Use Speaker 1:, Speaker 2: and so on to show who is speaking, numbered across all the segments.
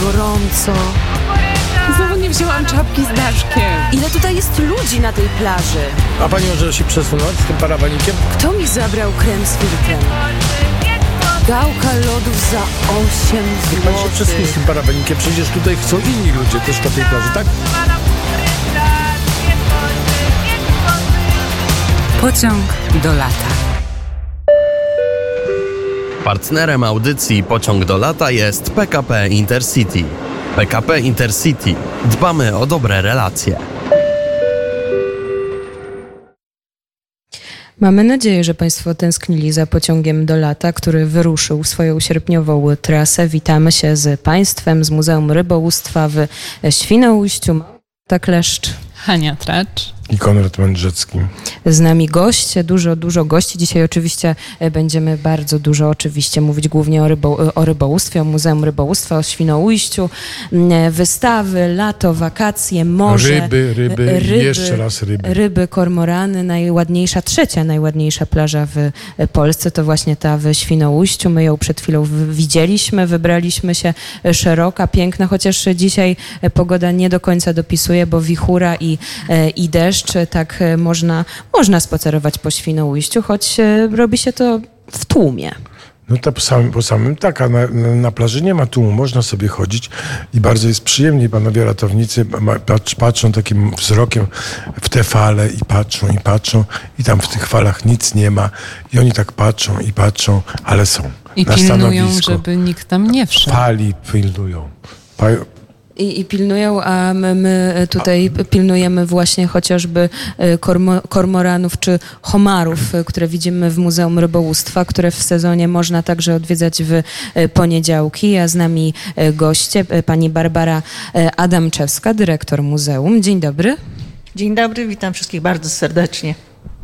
Speaker 1: gorąco.
Speaker 2: Znowu nie wzięłam czapki z daszkiem.
Speaker 1: Ile tutaj jest ludzi na tej plaży?
Speaker 3: A pani może się przesunąć z tym parawanikiem?
Speaker 1: Kto mi zabrał krem z filtrem? Gałka lodów za 8
Speaker 3: Niech pan się
Speaker 1: zł.
Speaker 3: przesunie z tym parawanikiem. Przecież tutaj chcą inni ludzie też na tej plaży, tak?
Speaker 2: Pociąg do lata.
Speaker 4: Partnerem audycji Pociąg do lata jest PKP Intercity. PKP Intercity. Dbamy o dobre relacje.
Speaker 5: Mamy nadzieję, że Państwo tęsknili za pociągiem do lata, który wyruszył swoją sierpniową trasę. Witamy się z Państwem z Muzeum Rybołówstwa w Świnoujściu. Małgorzata Kleszcz.
Speaker 2: Hania Tracz.
Speaker 3: I Konrad Mędrzecki.
Speaker 5: Z nami goście, dużo gości. Dzisiaj oczywiście będziemy bardzo dużo mówić głównie o rybołówstwie, o Muzeum Rybołówstwa, o Świnoujściu, wystawy, lato, wakacje, morze.
Speaker 3: Ryby, jeszcze raz ryby.
Speaker 5: Ryby, kormorany, trzecia najładniejsza plaża w Polsce to właśnie ta w Świnoujściu. My ją przed chwilą widzieliśmy, wybraliśmy się, szeroka, piękna, chociaż dzisiaj pogoda nie do końca dopisuje, bo wichura i deszcz, tak można spacerować po Świnoujściu, choć robi się to w tłumie.
Speaker 3: No to po samym tak, a na plaży nie ma tłumu, można sobie chodzić i bardzo jest przyjemnie. Panowie ratownicy patrzą takim wzrokiem w te fale i patrzą i tam w tych falach nic nie ma i oni tak patrzą, ale są
Speaker 2: I
Speaker 3: na
Speaker 2: pilnują,
Speaker 3: stanowisku.
Speaker 2: żeby nikt tam nie wszedł.
Speaker 3: Fali pilnują.
Speaker 5: I pilnują, a my tutaj pilnujemy właśnie chociażby kormoranów czy homarów, które widzimy w Muzeum Rybołówstwa, które w sezonie można także odwiedzać w poniedziałki. A z nami goście, pani Barbara Adamczewska, dyrektor muzeum. Dzień dobry.
Speaker 6: Dzień dobry, witam wszystkich bardzo serdecznie.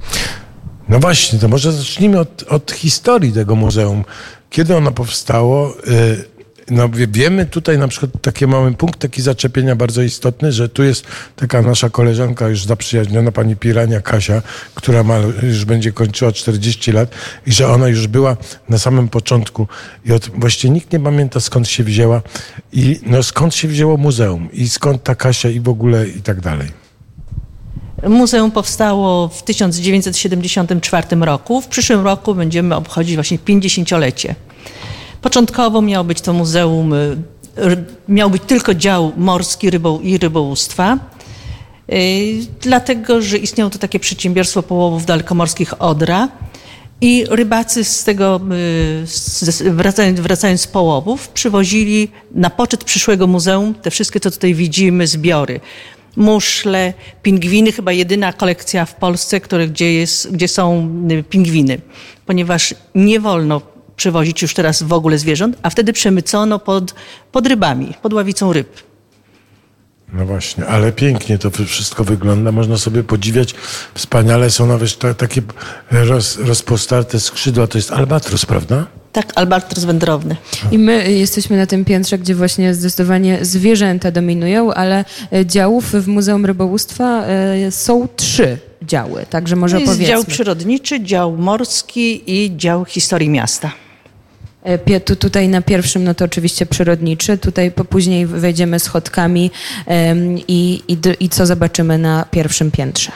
Speaker 3: No właśnie, to może zacznijmy od historii tego muzeum. Kiedy ono powstało? No wiemy tutaj na przykład mamy punkt zaczepienia bardzo istotny, że tu jest taka nasza koleżanka już zaprzyjaźniona, pani Pirania Kasia, która już będzie kończyła 40 lat i że ona już była na samym początku i właściwie nikt nie pamięta skąd się wzięła i skąd się wzięło muzeum i skąd ta Kasia i w ogóle i tak dalej.
Speaker 6: Muzeum powstało w 1974 roku. W przyszłym roku będziemy obchodzić właśnie 50-lecie. Początkowo miało być to muzeum, miał być tylko dział morski i rybołówstwa, dlatego że istniało to takie przedsiębiorstwo połowów dalekomorskich Odra i rybacy z tego, wracając z połowów, przywozili na poczet przyszłego muzeum te wszystkie, co tutaj widzimy, zbiory. Muszle, pingwiny, chyba jedyna kolekcja w Polsce, gdzie są pingwiny, ponieważ nie wolno przywozić już teraz w ogóle zwierząt, a wtedy przemycono pod rybami, pod ławicą ryb.
Speaker 3: No właśnie, ale pięknie to wszystko wygląda, można sobie podziwiać. Wspaniale są nawet takie rozpostarte skrzydła, to jest albatros, prawda?
Speaker 6: Tak, albatros wędrowny.
Speaker 5: I my jesteśmy na tym piętrze, gdzie właśnie zdecydowanie zwierzęta dominują, ale działów w Muzeum Rybołówstwa są 3 działy, także może opowiedzmy.
Speaker 6: Jest dział przyrodniczy, dział morski i dział historii miasta.
Speaker 5: Tutaj na pierwszym, no to oczywiście przyrodniczy, tutaj później wejdziemy schodkami i co zobaczymy na pierwszym piętrze?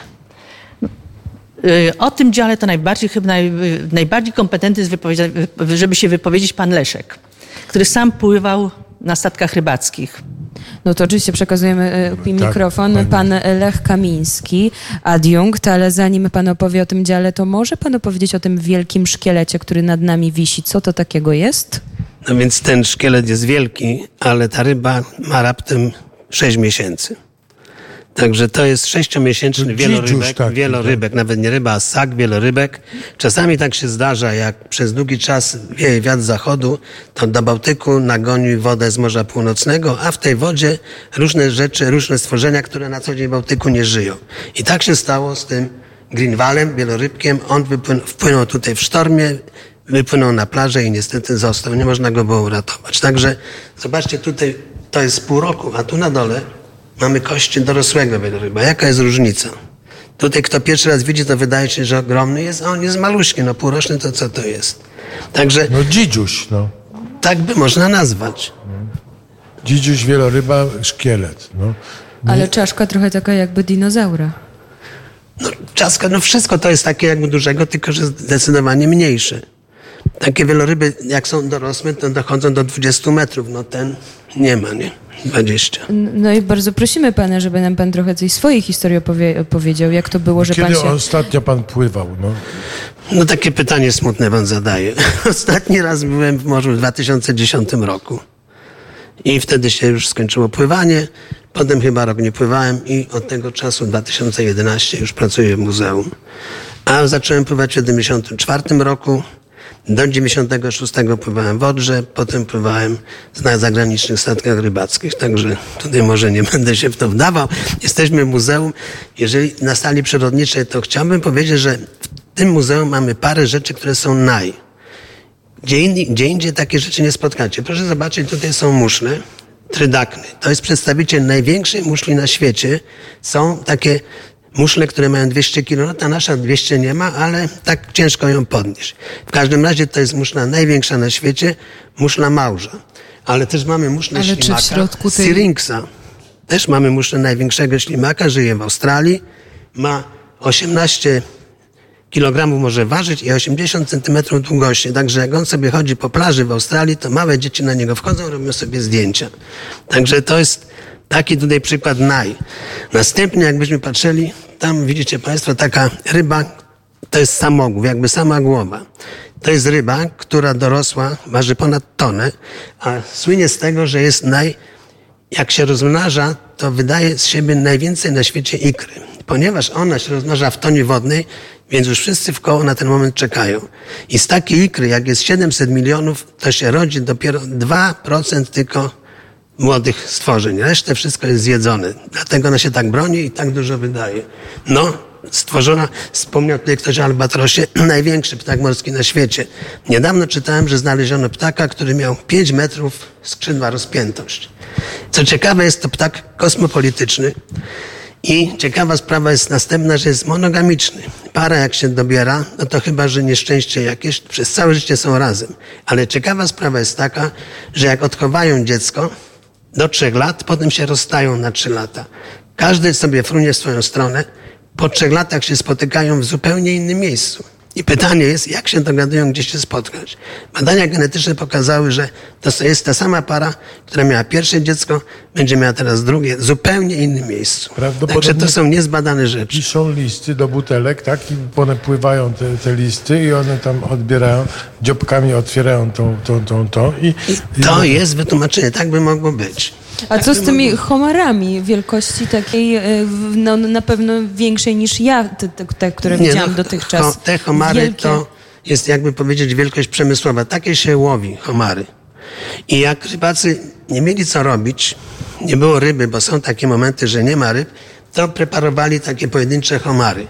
Speaker 6: O tym dziale to najbardziej kompetentny żeby się wypowiedzieć pan Leszek, który sam pływał na statkach rybackich.
Speaker 5: No to oczywiście przekazujemy mikrofon.
Speaker 3: Tak,
Speaker 5: pan Lech Kamiński, adiunkt, ale zanim pan opowie o tym dziale, to może pan opowiedzieć o tym wielkim szkielecie, który nad nami wisi. Co to takiego jest?
Speaker 7: No więc ten szkielet jest wielki, ale ta ryba ma raptem 6 miesięcy. Także to jest 6-miesięczny wielorybek, nawet nie ryba, a ssak wielorybek. Czasami tak się zdarza, jak przez długi czas wieje wiatr z zachodu, to do Bałtyku nagoni wodę z Morza Północnego, a w tej wodzie różne rzeczy, różne stworzenia, które na co dzień w Bałtyku nie żyją. I tak się stało z tym Greenwalem, wielorybkiem. On wpłynął tutaj w sztormie, wypłynął na plażę i niestety został. Nie można go było uratować. Także zobaczcie, tutaj to jest pół roku, a tu na dole mamy kości dorosłego wieloryba. Jaka jest różnica? Tutaj kto pierwszy raz widzi, to wydaje się, że ogromny jest, a on jest maluśki, półroczny to co to jest? Także...
Speaker 3: No dzidziuś,
Speaker 7: Tak by można nazwać.
Speaker 3: Dzidziuś, wieloryba, szkielet. No.
Speaker 5: Ale czaszka trochę taka jakby dinozaura.
Speaker 7: No, czaska, no wszystko to jest takie jakby dużego, tylko że zdecydowanie mniejsze. Takie wieloryby, jak są dorosłe, to dochodzą do 20 metrów. No ten nie ma, nie? 20.
Speaker 5: No i bardzo prosimy pana, żeby nam pan trochę tej swojej historii opowiedział. Jak to było, że
Speaker 3: Kiedy
Speaker 5: pan się...
Speaker 3: ostatnio pan pływał?
Speaker 7: No takie pytanie smutne pan zadaje. Ostatni raz byłem w morzu w 2010 roku. I wtedy się już skończyło pływanie. Potem chyba rok nie pływałem i od tego czasu, 2011, już pracuję w muzeum. A zacząłem pływać w 1974 roku. Do 96 pływałem w Odrze, potem pływałem na zagranicznych statkach rybackich, także tutaj może nie będę się w to wdawał. Jesteśmy w muzeum. Jeżeli na sali przyrodniczej, to chciałbym powiedzieć, że w tym muzeum mamy parę rzeczy, które są Gdzie indziej takie rzeczy nie spotkacie. Proszę zobaczyć, tutaj są muszle, trydakny. To jest przedstawiciel największej muszli na świecie. Są takie muszle, które mają 200 kg, no ta nasza 200 nie ma, ale tak ciężko ją podnieść. W każdym razie to jest muszla największa na świecie, muszla małża. Ale też mamy muszlę ślimaka,
Speaker 2: czy w środku tej...
Speaker 7: syrinksa. Też mamy muszlę największego ślimaka, żyje w Australii, ma 18 kilogramów może ważyć i 80 centymetrów długości. Także jak on sobie chodzi po plaży w Australii, to małe dzieci na niego wchodzą, robią sobie zdjęcia. Także to jest taki tutaj przykład Następnie jakbyśmy patrzyli, tam widzicie państwo taka ryba, to jest samogłów, jakby sama głowa. To jest ryba, która dorosła, waży ponad tonę, a słynie z tego, że jest jak się rozmnaża, to wydaje z siebie najwięcej na świecie ikry. Ponieważ ona się rozmnaża w tonie wodnej, więc już wszyscy wkoło na ten moment czekają. I z takiej ikry, jak jest 700 milionów, to się rodzi dopiero 2% tylko młodych stworzeń. Resztę wszystko jest zjedzone. Dlatego ona się tak broni i tak dużo wydaje. No, stworzona, wspomniał tutaj ktoś o albatrosie, największy ptak morski na świecie. Niedawno czytałem, że znaleziono ptaka, który miał 5 metrów skrzydła rozpiętość. Co ciekawe, jest to ptak kosmopolityczny. I ciekawa sprawa jest następna, że jest monogamiczny. Para jak się dobiera, no to chyba, że nieszczęście jakieś, przez całe życie są razem. Ale ciekawa sprawa jest taka, że jak odchowają dziecko do 3 lat, potem się rozstają na 3 lata. Każdy sobie frunie w swoją stronę. Po 3 latach się spotykają w zupełnie innym miejscu. I pytanie jest, jak się dogadują, gdzie się spotkać. Badania genetyczne pokazały, że to jest ta sama para, która miała pierwsze dziecko, będzie miała teraz drugie, w zupełnie innym miejscu. Także to są niezbadane rzeczy.
Speaker 3: Piszą listy do butelek, tak? I one pływają te listy i one tam odbierają, dziobkami otwierają tą. I
Speaker 7: to jest wytłumaczenie, tak by mogło być.
Speaker 5: A co z tymi homarami wielkości takiej, no na pewno większej niż ja, te które widziałam dotychczas?
Speaker 7: Te homary wielkie. To jest jakby powiedzieć wielkość przemysłowa. Takie się łowi, homary. I jak rybacy nie mieli co robić, nie było ryby, bo są takie momenty, że nie ma ryb, to preparowali takie pojedyncze homary.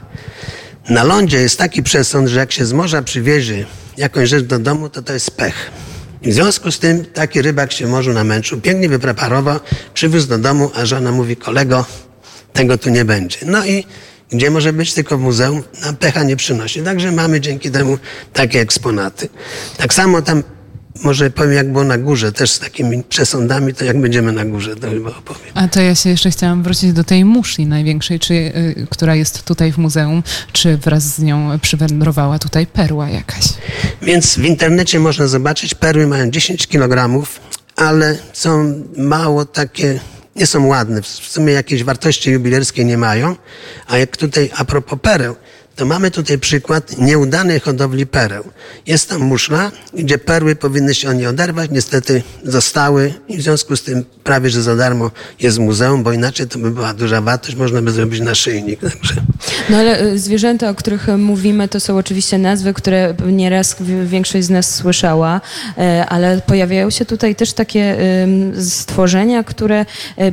Speaker 7: Na lądzie jest taki przesąd, że jak się z morza przywiezie jakąś rzecz do domu, to jest pech. I w związku z tym taki rybak się w morzu namęczył, pięknie wypreparował, przywiózł do domu, a żona mówi, kolego, tego tu nie będzie. No i gdzie może być? Tylko w muzeum, nam pecha nie przynosi. Także mamy dzięki temu takie eksponaty. Tak samo tam, może powiem, jak było na górze, też z takimi przesądami, to jak będziemy na górze, to chyba opowiem.
Speaker 2: A to ja się jeszcze chciałam wrócić do tej muszli największej, która jest tutaj w muzeum. Czy wraz z nią przywędrowała tutaj perła jakaś?
Speaker 7: Więc w internecie można zobaczyć, perły mają 10 kg, ale są mało takie, nie są ładne. W sumie jakiejś wartości jubilerskiej nie mają. A jak tutaj, a propos pereł, to mamy tutaj przykład nieudanej hodowli pereł. Jest tam muszla, gdzie perły powinny się od niej oderwać, niestety zostały i w związku z tym prawie, że za darmo jest w muzeum, bo inaczej to by była duża wartość, można by zrobić naszyjnik. Także.
Speaker 5: No ale zwierzęta, o których mówimy, to są oczywiście nazwy, które nieraz większość z nas słyszała, ale pojawiają się tutaj też takie stworzenia, które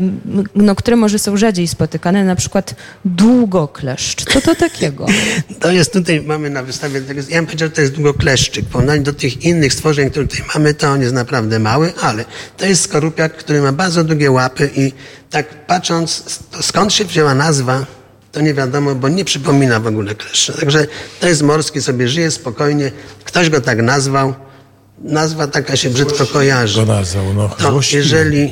Speaker 5: może są rzadziej spotykane, na przykład długokleszcz. Co to takiego?
Speaker 7: To jest tutaj, mamy na wystawie, ja bym powiedział, że to jest długokleszczyk. W porównaniu do tych innych stworzeń, które tutaj mamy, to on jest naprawdę mały, ale to jest skorupiak, który ma bardzo długie łapy i tak patrząc, skąd się wzięła nazwa, to nie wiadomo, bo nie przypomina w ogóle kleszcza. Także to jest morski, sobie żyje spokojnie. Ktoś go tak nazwał. Nazwa taka się brzydko kojarzy.
Speaker 3: Go nazwał,
Speaker 7: to jeżeli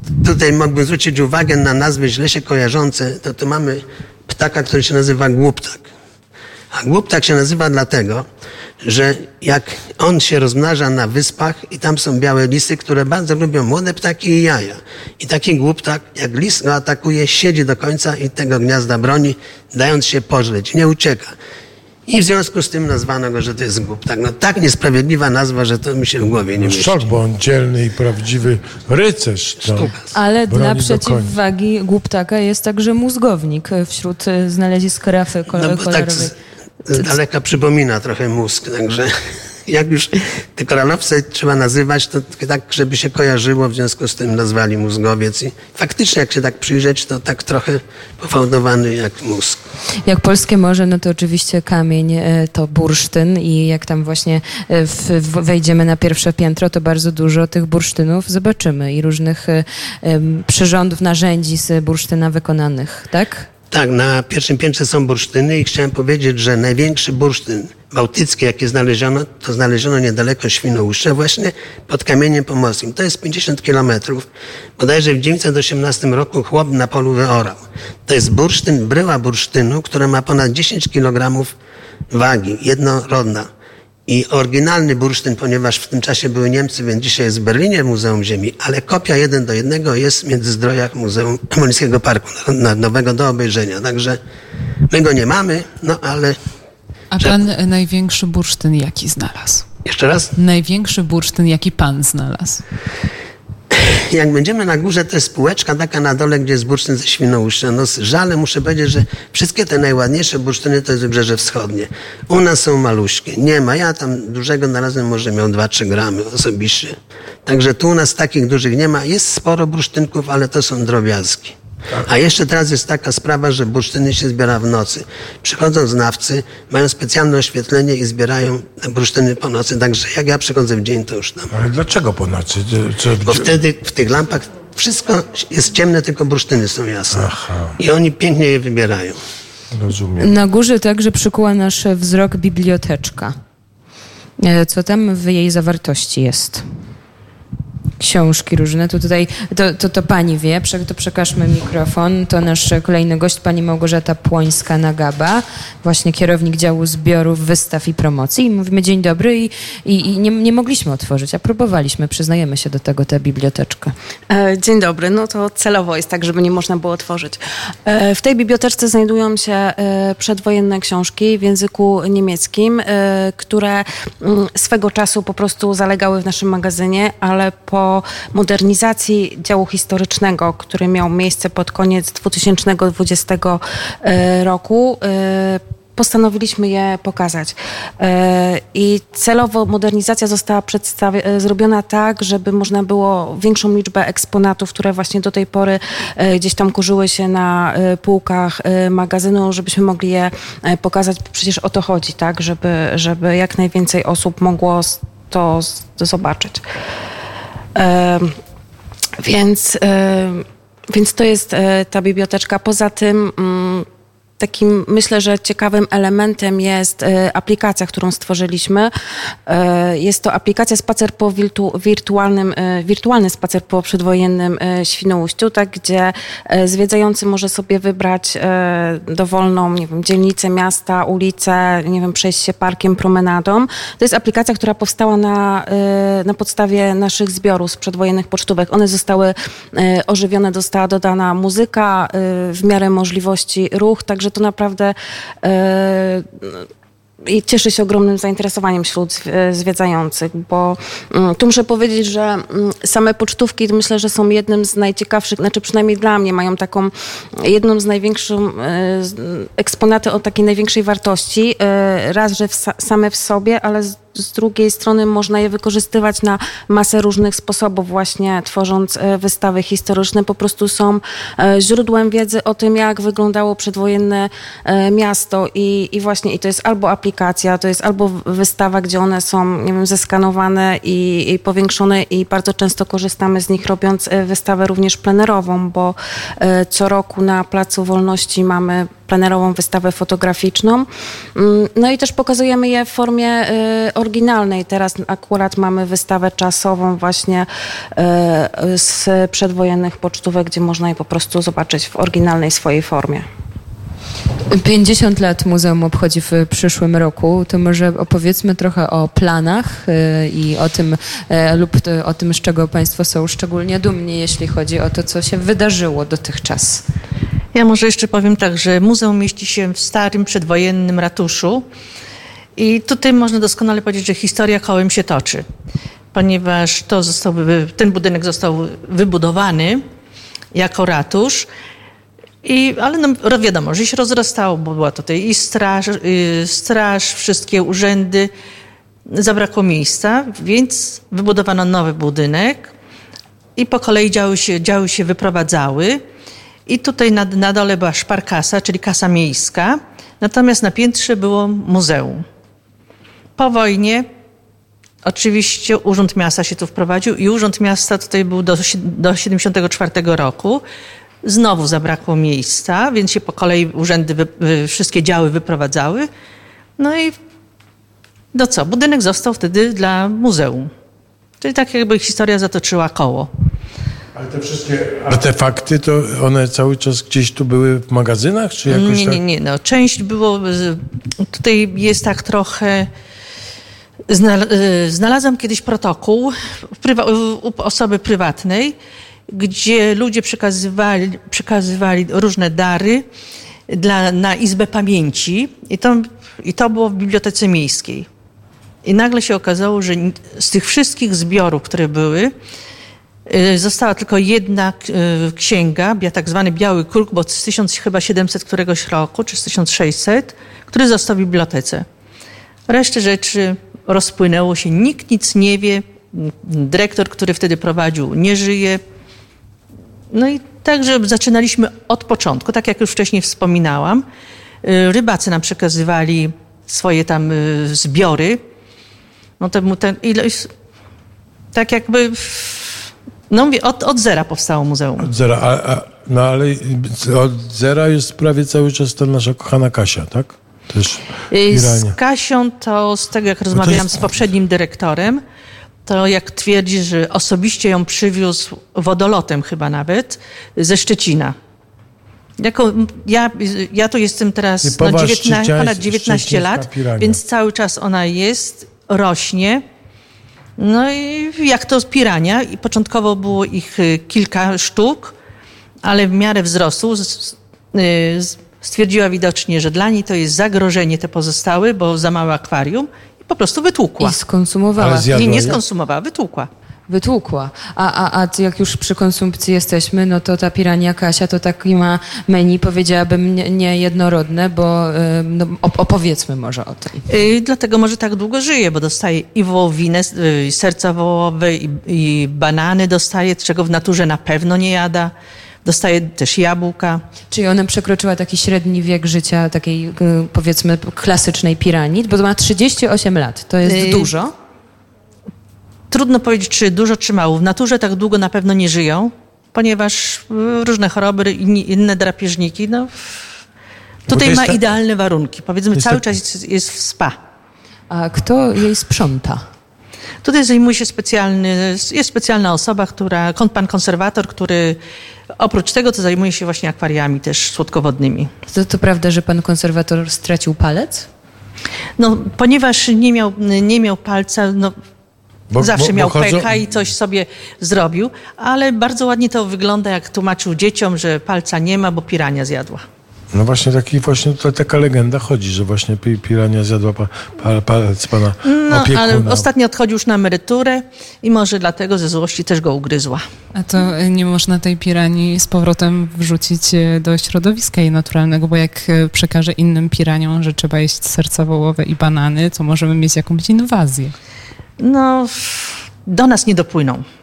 Speaker 7: tutaj mógłbym zwrócić uwagę na nazwy źle się kojarzące. To mamy ptaka, który się nazywa głuptak. A głuptak się nazywa dlatego, że jak on się rozmnaża na wyspach i tam są białe lisy, które bardzo lubią młode ptaki i jaja. I taki głuptak, jak lis go atakuje, siedzi do końca i tego gniazda broni, dając się pożreć, nie ucieka. I w związku z tym nazwano go, że to jest głuptak. No tak niesprawiedliwa nazwa, że to mi się w głowie nie mieści.
Speaker 3: Szok, bo on dzielny i prawdziwy rycerz.
Speaker 5: Ale dla przeciwwagi głuptaka jest także mózgownik wśród znalezisk rafy kolorowej.
Speaker 7: Tak z daleka przypomina trochę mózg, także jak już te koralowce trzeba nazywać, to tak, żeby się kojarzyło, w związku z tym nazwali mózgowiec. I faktycznie, jak się tak przyjrzeć, to tak trochę pofałdowany jak mózg.
Speaker 5: Jak polskie morze, no to oczywiście kamień to bursztyn i jak tam właśnie wejdziemy na pierwsze piętro, to bardzo dużo tych bursztynów zobaczymy i różnych przyrządów, narzędzi z bursztyna wykonanych, tak?
Speaker 7: Tak, na pierwszym piętrze są bursztyny i chciałem powiedzieć, że największy bursztyn bałtycki, jaki znaleziono, to znaleziono niedaleko Świnoujścia, właśnie pod Kamieniem Pomorskim. To jest 50 kilometrów. Bodajże w 1918 roku chłop na polu wyorał. To jest bursztyn, bryła bursztynu, która ma ponad 10 kg wagi, jednorodna. I oryginalny bursztyn, ponieważ w tym czasie były Niemcy, więc dzisiaj jest w Berlinie Muzeum Ziemi, ale kopia 1:1 jest w Międzyzdrojach Muzeum Morskiego Parku Narodowego do obejrzenia. Także my go nie mamy, no ale...
Speaker 2: A pan największy bursztyn jaki znalazł?
Speaker 7: Jeszcze raz?
Speaker 2: Największy bursztyn jaki pan znalazł?
Speaker 7: Jak będziemy na górze, to jest spółeczka taka na dole, gdzie jest bursztyn ze Świnoujścia. No z żalem muszę powiedzieć, że wszystkie te najładniejsze bursztyny to jest Wybrzeże Wschodnie. U nas są maluśkie. Nie ma. Ja tam dużego znalazłem, może miał 2-3 gramy osobiście. Także tu u nas takich dużych nie ma. Jest sporo bursztynków, ale to są drobiazgi. A jeszcze teraz jest taka sprawa, że bursztyny się zbiera w nocy. Przychodzą znawcy, mają specjalne oświetlenie i zbierają te bursztyny po nocy. Także jak ja przychodzę w dzień, to już tam.
Speaker 3: Ale dlaczego po nocy?
Speaker 7: Bo wtedy w tych lampach wszystko jest ciemne, tylko bursztyny są jasne. Aha. I oni pięknie je wybierają.
Speaker 3: Rozumiem.
Speaker 5: Na górze także przykuła nasz wzrok biblioteczka. Co tam w jej zawartości jest? Książki różne. To pani wie, to przekażmy mikrofon. To nasz kolejny gość, pani Małgorzata Płońska-Nagaba, właśnie kierownik działu zbiorów, wystaw i promocji. I mówimy dzień dobry i nie mogliśmy otworzyć, a próbowaliśmy, przyznajemy się do tego, tę biblioteczkę.
Speaker 8: Dzień dobry. No to celowo jest tak, żeby nie można było otworzyć. W tej biblioteczce znajdują się przedwojenne książki w języku niemieckim, które swego czasu po prostu zalegały w naszym magazynie, ale po modernizacji działu historycznego, który miał miejsce pod koniec 2020 roku, postanowiliśmy je pokazać. I celowo modernizacja została zrobiona tak, żeby można było większą liczbę eksponatów, które właśnie do tej pory gdzieś tam kurzyły się na półkach magazynu, żebyśmy mogli je pokazać. Przecież o to chodzi, tak? Żeby jak najwięcej osób mogło to zobaczyć. Więc to jest ta biblioteczka. Poza tym takim, myślę, że ciekawym elementem jest aplikacja, którą stworzyliśmy. Jest to aplikacja spacer po wirtualny spacer po przedwojennym Świnoujściu, tak, gdzie zwiedzający może sobie wybrać dowolną, nie wiem, dzielnicę miasta, ulicę, nie wiem, przejść się parkiem, promenadą. To jest aplikacja, która powstała na podstawie naszych zbiorów z przedwojennych pocztówek. One zostały ożywione, została dodana muzyka, w miarę możliwości ruch, także to naprawdę i cieszy się ogromnym zainteresowaniem wśród zwiedzających, bo tu muszę powiedzieć, że same pocztówki myślę, że są jednym z najciekawszych, znaczy przynajmniej dla mnie mają taką jedną z największych eksponaty o takiej największej wartości. Raz, że same w sobie, ale z drugiej strony można je wykorzystywać na masę różnych sposobów, właśnie tworząc wystawy historyczne. Po prostu są źródłem wiedzy o tym, jak wyglądało przedwojenne miasto i to jest albo aplikacja, aplikacja, to jest albo wystawa, gdzie one są, nie wiem, zeskanowane i powiększone i bardzo często korzystamy z nich, robiąc wystawę również plenerową, bo co roku na Placu Wolności mamy plenerową wystawę fotograficzną. No i też pokazujemy je w formie oryginalnej. Teraz akurat mamy wystawę czasową właśnie z przedwojennych pocztówek, gdzie można je po prostu zobaczyć w oryginalnej swojej formie.
Speaker 5: 50 lat muzeum obchodzi w przyszłym roku. To może opowiedzmy trochę o planach i o tym, lub o tym, z czego Państwo są szczególnie dumni, jeśli chodzi o to, co się wydarzyło dotychczas.
Speaker 6: Ja może jeszcze powiem tak, że muzeum mieści się w starym, przedwojennym ratuszu i tutaj można doskonale powiedzieć, że historia kołem się toczy, ponieważ ten budynek został wybudowany jako ratusz, ale no, wiadomo, że się rozrastało, bo była tutaj i straż, wszystkie urzędy, zabrakło miejsca, więc wybudowano nowy budynek i po kolei działy się wyprowadzały. I tutaj na dole była szparkasa, czyli kasa miejska, natomiast na piętrze było muzeum. Po wojnie oczywiście Urząd Miasta się tu wprowadził i Urząd Miasta tutaj był do 1974 roku. Znowu zabrakło miejsca, więc się po kolei urzędy, wszystkie działy wyprowadzały. No i budynek został wtedy dla muzeum. Czyli tak jakby historia zatoczyła koło.
Speaker 3: Ale te wszystkie artefakty, to one cały czas gdzieś tu były w magazynach, czy jakoś
Speaker 6: Nie. No, część było, tutaj jest tak trochę, znalazłam kiedyś protokół u osoby prywatnej, gdzie ludzie przekazywali różne dary na Izbę Pamięci i to było w Bibliotece Miejskiej. I nagle się okazało, że z tych wszystkich zbiorów, które były, została tylko jedna księga, tak zwany Biały Kruk, bo z 1700 któregoś roku, czy z 1600, który został w bibliotece. Resztę rzeczy rozpłynęło się, nikt nic nie wie, dyrektor, który wtedy prowadził, nie żyje. No i także zaczynaliśmy od początku, tak jak już wcześniej wspominałam. Rybacy nam przekazywali swoje tam zbiory. No tak jakby... No mówię, od zera powstało muzeum.
Speaker 3: Od zera, ale od zera jest prawie cały czas ta nasza kochana Kasia, tak? Też
Speaker 6: z Kasią to z tego, jak rozmawiałam z poprzednim dyrektorem, to jak twierdzi, że osobiście ją przywiózł wodolotem chyba nawet ze Szczecina. Ja tu jestem teraz ponad 19 lat, więc cały czas ona jest, rośnie. No i jak to pirania, i początkowo było ich kilka sztuk, ale w miarę wzrostu stwierdziła widocznie, że dla niej to jest zagrożenie te pozostałe, bo za małe akwarium i po prostu wytłukła.
Speaker 5: I skonsumowała.
Speaker 6: Nie skonsumowała, wytłukła.
Speaker 5: A jak już przy konsumpcji jesteśmy, no to ta pirania Kasia to taki ma menu, powiedziałabym, niejednorodne, bo opowiedzmy może o tym.
Speaker 6: Dlatego może tak długo żyje, bo dostaje i wołowinę, i serca wołowe, i banany dostaje, czego w naturze na pewno nie jada. Dostaje też jabłka.
Speaker 5: Czyli ona przekroczyła taki średni wiek życia takiej, powiedzmy, klasycznej piranii, bo to ma 38 lat. To jest dużo?
Speaker 6: Trudno powiedzieć, czy dużo, czy mało. W naturze tak długo na pewno nie żyją, ponieważ różne choroby i inne drapieżniki, tutaj ma idealne warunki. Powiedzmy, cały czas jest w spa.
Speaker 5: A kto jej sprząta?
Speaker 6: Tutaj zajmuje się specjalna osoba, pan konserwator, który oprócz tego, to zajmuje się właśnie akwariami też słodkowodnymi.
Speaker 5: To prawda, że pan konserwator stracił palec?
Speaker 6: No, ponieważ nie miał palca, zawsze miał pecha i coś sobie zrobił, ale bardzo ładnie to wygląda, jak tłumaczył dzieciom, że palca nie ma, bo pirania zjadła.
Speaker 3: No właśnie taka legenda chodzi, że właśnie pirania zjadła palec pana opiekuna.
Speaker 6: Ale ostatnio odchodził już na emeryturę i może dlatego ze złości też go ugryzła.
Speaker 2: A to nie można tej piranii z powrotem wrzucić do środowiska jej naturalnego, bo jak przekaże innym piraniom, że trzeba jeść serca wołowe i banany, to możemy mieć jakąś inwazję.
Speaker 6: No, do nas nie dopłyną.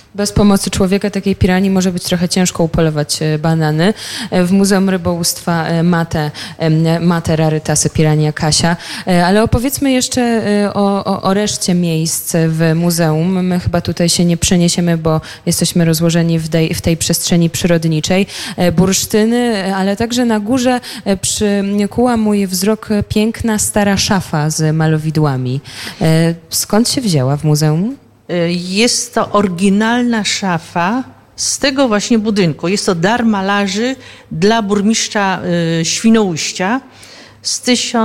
Speaker 5: Bez pomocy człowieka takiej piranii może być trochę ciężko upolować banany. W Muzeum Rybołówstwa ma te rarytasy pirania Kasia. Ale opowiedzmy jeszcze o reszcie miejsc w muzeum. My chyba tutaj się nie przeniesiemy, bo jesteśmy rozłożeni w tej przestrzeni przyrodniczej. Bursztyny, ale także na górze przykuła mój wzrok piękna stara szafa z malowidłami. Skąd się wzięła w muzeum?
Speaker 6: Jest to oryginalna szafa z tego właśnie budynku. Jest to dar malarzy dla burmistrza Świnoujścia z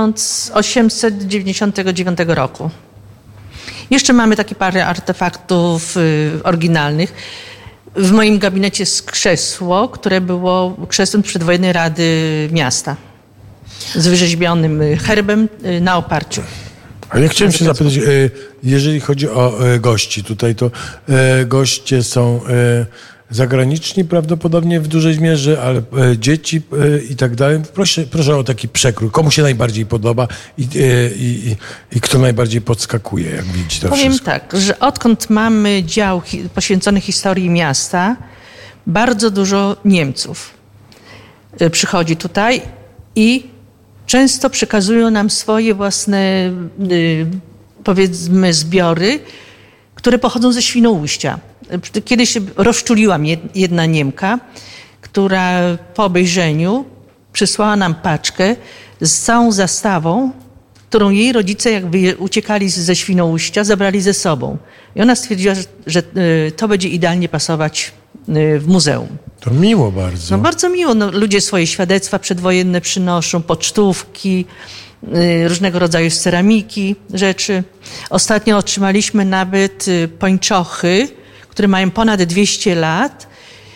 Speaker 6: 1899 roku. Jeszcze mamy takie parę artefaktów oryginalnych. W moim gabinecie jest krzesło, które było krzesłem przedwojennej Rady Miasta z wyrzeźbionym herbem na oparciu.
Speaker 3: A ja chciałem się zapytać, jeżeli chodzi o gości tutaj, to goście są zagraniczni prawdopodobnie w dużej mierze, ale dzieci i tak dalej. Proszę o taki przekrój. Komu się najbardziej podoba i kto najbardziej podskakuje, jak widzi to
Speaker 6: Powiem
Speaker 3: wszystko?
Speaker 6: tak, że odkąd mamy dział poświęcony historii miasta, bardzo dużo Niemców przychodzi tutaj i często przekazują nam swoje własne, powiedzmy, zbiory, które pochodzą ze Świnoujścia. Kiedyś rozczuliła mnie jedna Niemka, która po obejrzeniu przysłała nam paczkę z całą zastawą, którą jej rodzice, jak uciekali ze Świnoujścia, zabrali ze sobą. I ona stwierdziła, że to będzie idealnie pasować w muzeum.
Speaker 3: To miło bardzo.
Speaker 6: No bardzo miło. No, ludzie swoje świadectwa przedwojenne przynoszą, pocztówki, różnego rodzaju z ceramiki rzeczy. Ostatnio otrzymaliśmy nawet pończochy, które mają ponad 200 lat.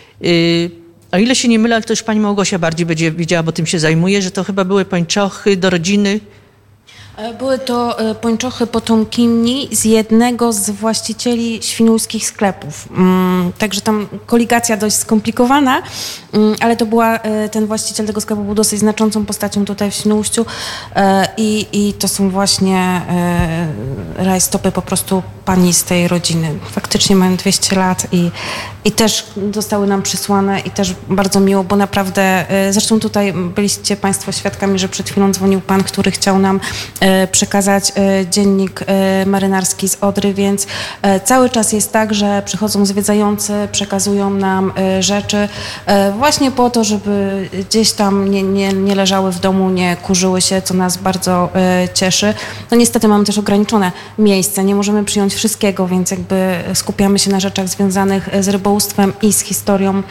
Speaker 6: O ile się nie mylę, ale to już pani Małgosia bardziej będzie wiedziała, bo tym się zajmuje, że to chyba były pończochy do rodziny.
Speaker 8: Były to pończochy potomkini z jednego z właścicieli świnoujskich sklepów. Także tam koligacja dość skomplikowana, ale to ten właściciel tego sklepu był dosyć znaczącą postacią tutaj w Świnoujściu i to są właśnie rajstopy po prostu pani z tej rodziny. Faktycznie mają 200 lat i też zostały nam przysłane i też bardzo miło, bo naprawdę, zresztą tutaj byliście państwo świadkami, że przed chwilą dzwonił pan, który chciał nam przekazać dziennik marynarski z Odry, więc cały czas jest tak, że przychodzą zwiedzający, przekazują nam rzeczy właśnie po to, żeby gdzieś tam nie leżały w domu, nie kurzyły się, co nas bardzo cieszy. No niestety mamy też ograniczone miejsce, nie możemy przyjąć wszystkiego, więc jakby skupiamy się na rzeczach związanych z rybołówstwem i z historią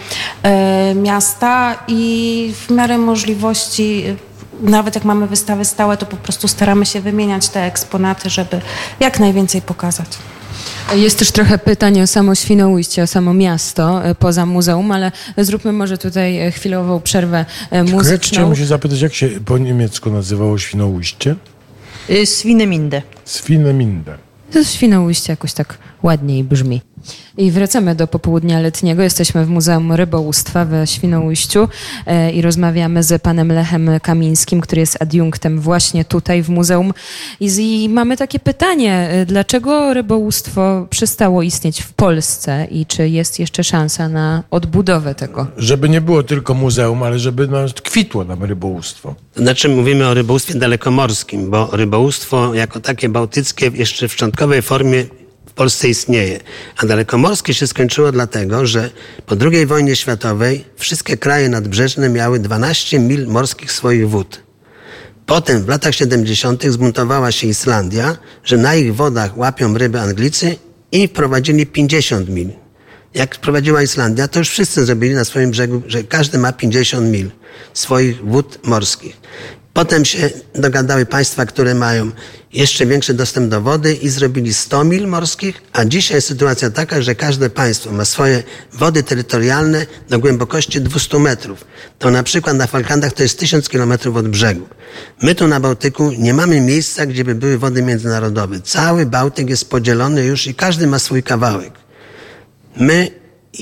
Speaker 8: miasta i w miarę możliwości, nawet jak mamy wystawy stałe, to po prostu staramy się wymieniać te eksponaty, żeby jak najwięcej pokazać.
Speaker 5: Jest też trochę pytań o samo Świnoujście, o samo miasto poza muzeum, ale zróbmy może tutaj chwilową przerwę muzyczną.
Speaker 3: Chciałem się zapytać, jak się po niemiecku nazywało Świnoujście?
Speaker 6: Swineminde.
Speaker 3: Swineminde.
Speaker 5: To Świnoujście jakoś tak ładniej brzmi. I wracamy do popołudnia letniego. Jesteśmy w Muzeum Rybołówstwa we Świnoujściu i rozmawiamy z panem Lechem Kamińskim, który jest adiunktem właśnie tutaj w muzeum. I mamy takie pytanie, dlaczego rybołówstwo przestało istnieć w Polsce i czy jest jeszcze szansa na odbudowę tego?
Speaker 3: Żeby nie było tylko muzeum, ale żeby kwitło nam rybołówstwo.
Speaker 7: Znaczy mówimy o rybołówstwie dalekomorskim, bo rybołówstwo jako takie bałtyckie jeszcze w szczątkowej formie w Polsce istnieje. A dalekomorskie się skończyło dlatego, że po II wojnie światowej wszystkie kraje nadbrzeżne miały 12 mil morskich swoich wód. Potem w latach 70. zbuntowała się Islandia, że na ich wodach łapią ryby Anglicy i wprowadzili 50 mil. Jak wprowadziła Islandia, to już wszyscy zrobili na swoim brzegu, że każdy ma 50 mil swoich wód morskich. Potem się dogadały państwa, które mają jeszcze większy dostęp do wody i zrobili 100 mil morskich, a dzisiaj jest sytuacja taka, że każde państwo ma swoje wody terytorialne do głębokości 200 metrów. To na przykład na Falklandach to jest 1000 kilometrów od brzegu. My tu na Bałtyku nie mamy miejsca, gdzie by były wody międzynarodowe. Cały Bałtyk jest podzielony już i każdy ma swój kawałek. My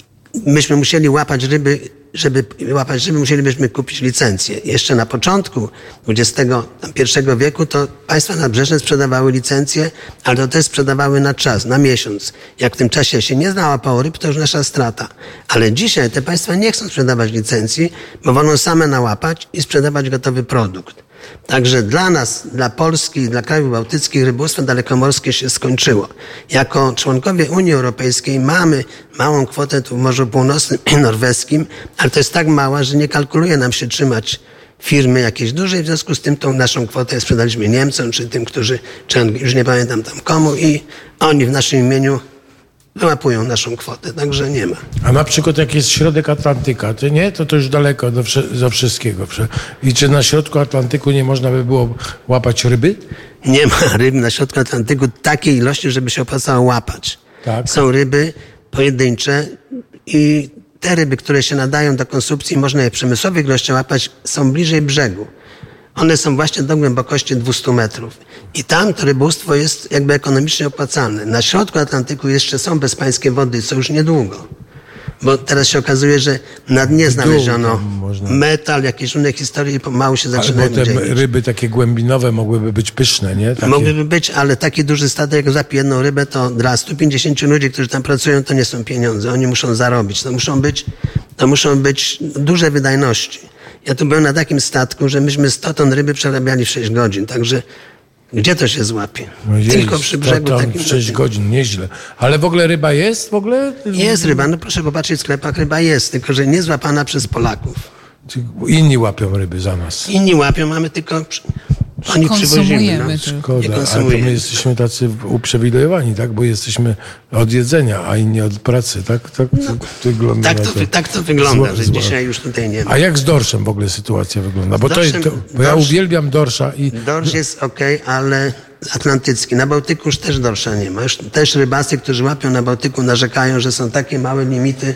Speaker 7: myśmy musieli łapać ryby, żeby łapać ryby, musielibyśmy kupić licencję. Jeszcze na początku XXI wieku to państwa nadbrzeżne sprzedawały licencje, ale to też sprzedawały na czas, na miesiąc. Jak w tym czasie się nie nałapało ryb, to już nasza strata. Ale dzisiaj te państwa nie chcą sprzedawać licencji, bo wolą same nałapać i sprzedawać gotowy produkt. Także dla nas, dla Polski i dla krajów bałtyckich rybołówstwo dalekomorskie się skończyło. Jako członkowie Unii Europejskiej mamy małą kwotę tu w Morzu Północnym i Norweskim, ale to jest tak mała, że nie kalkuluje nam się trzymać firmy jakiejś dużej. W związku z tym tą naszą kwotę sprzedaliśmy Niemcom, czy tym, już nie pamiętam tam komu, i oni w naszym imieniu wyłapują naszą kwotę, także nie ma.
Speaker 3: A na przykład jak jest środek Atlantyka, to nie? To już daleko do wszystkiego. I czy na środku Atlantyku nie można by było łapać ryby?
Speaker 7: Nie ma ryb na środku Atlantyku takiej ilości, żeby się opłacało łapać. Tak. Są ryby pojedyncze i te ryby, które się nadają do konsumpcji, można je w przemysłowych ilościach łapać, są bliżej brzegu. One są właśnie do głębokości 200 metrów. I tam to rybołówstwo jest jakby ekonomicznie opłacalne. Na środku Atlantyku jeszcze są bezpańskie wody, co już niedługo. Bo teraz się okazuje, że na dnie znaleziono metal, jakieś inne historie i pomału się zaczynają dzielić.
Speaker 3: Ale potem ryby takie głębinowe mogłyby być pyszne, nie? Takie...
Speaker 7: Mogłyby być, ale taki duży statek, jak złapie jedną rybę, to dla 150 ludzi, którzy tam pracują, to nie są pieniądze. Oni muszą zarobić. To muszą być duże wydajności. Ja tu byłem na takim statku, że myśmy 100 ton ryby przerabiali w 6 godzin, także gdzie to się złapie? Tylko przy brzegu.
Speaker 3: Takim 6 godzin, nieźle. Ale w ogóle ryba jest?
Speaker 7: Jest ryba, no proszę popatrzeć, w sklepach ryba jest, tylko że nie złapana przez Polaków.
Speaker 3: Inni łapią ryby za nas.
Speaker 7: Inni łapią, mamy tylko... Oni przywozimy. No.
Speaker 3: Szkoda, ale to my jesteśmy tacy uprzywilejowani, tak? Bo jesteśmy od jedzenia, a inni od pracy, tak? Wygląda
Speaker 7: tak to wygląda, że dzisiaj już tutaj nie ma.
Speaker 3: A jak z dorszem w ogóle sytuacja wygląda? Bo ja uwielbiam dorsza.
Speaker 7: Dorsz jest okej, ale atlantycki. Na Bałtyku już też dorsza nie ma. Już też rybacy, którzy łapią na Bałtyku, narzekają, że są takie małe limity.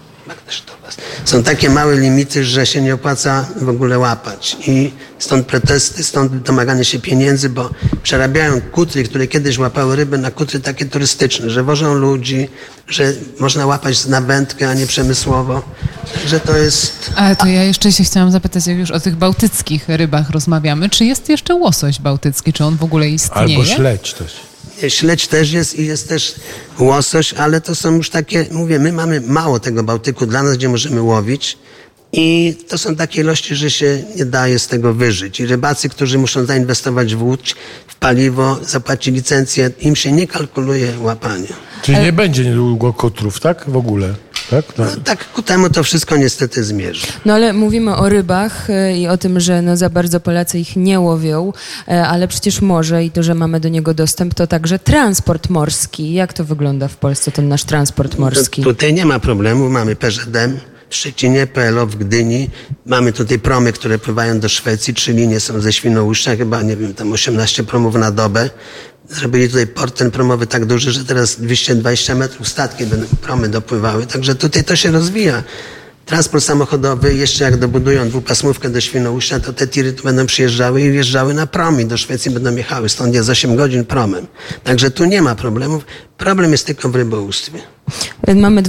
Speaker 7: Są takie małe limity, że się nie opłaca w ogóle łapać. I stąd protesty, stąd domaganie się pieniędzy, bo przerabiają kutry, które kiedyś łapały ryby, na kutry takie turystyczne, że wożą ludzi, że można łapać na wędkę, a nie przemysłowo. Także to jest...
Speaker 2: Ale to ja jeszcze się chciałam zapytać, jak już o tych bałtyckich rybach rozmawiamy, czy jest jeszcze łosoś bałtycki, czy on w ogóle istnieje?
Speaker 3: Albo śledź też.
Speaker 7: Śledź też jest i jest też łosoś, ale to są już takie, mówię, my mamy mało tego Bałtyku dla nas, gdzie możemy łowić i to są takie ilości, że się nie daje z tego wyżyć. I rybacy, którzy muszą zainwestować w łódź, w paliwo, zapłacić licencję, im się nie kalkuluje łapanie.
Speaker 3: Czyli nie będzie niedługo kutrów, tak? W ogóle? Tak?
Speaker 7: No, tak ku temu to wszystko niestety zmierzy.
Speaker 5: No ale mówimy o rybach i o tym, że no za bardzo Polacy ich nie łowią, ale przecież morze i to, że mamy do niego dostęp, to także transport morski. Jak to wygląda w Polsce, ten nasz transport morski?
Speaker 7: Tutaj nie ma problemu. Mamy PZM w Szczecinie, PLO w Gdyni. Mamy tutaj promy, które pływają do Szwecji. 3 linie są ze Świnoujścia, chyba, nie wiem, tam 18 promów na dobę. Zrobili tutaj port ten promowy tak duży, że teraz 220 metrów statki będą, promy dopływały. Także tutaj to się rozwija. Transport samochodowy, jeszcze jak dobudują dwupasmówkę do Świnoujścia, to te tiry tu będą przyjeżdżały i wjeżdżały na promi. Do Szwecji będą jechały. Stąd jest 8 godzin promem. Także tu nie ma problemów. Problem jest tylko w rybołówstwie.
Speaker 5: Mamy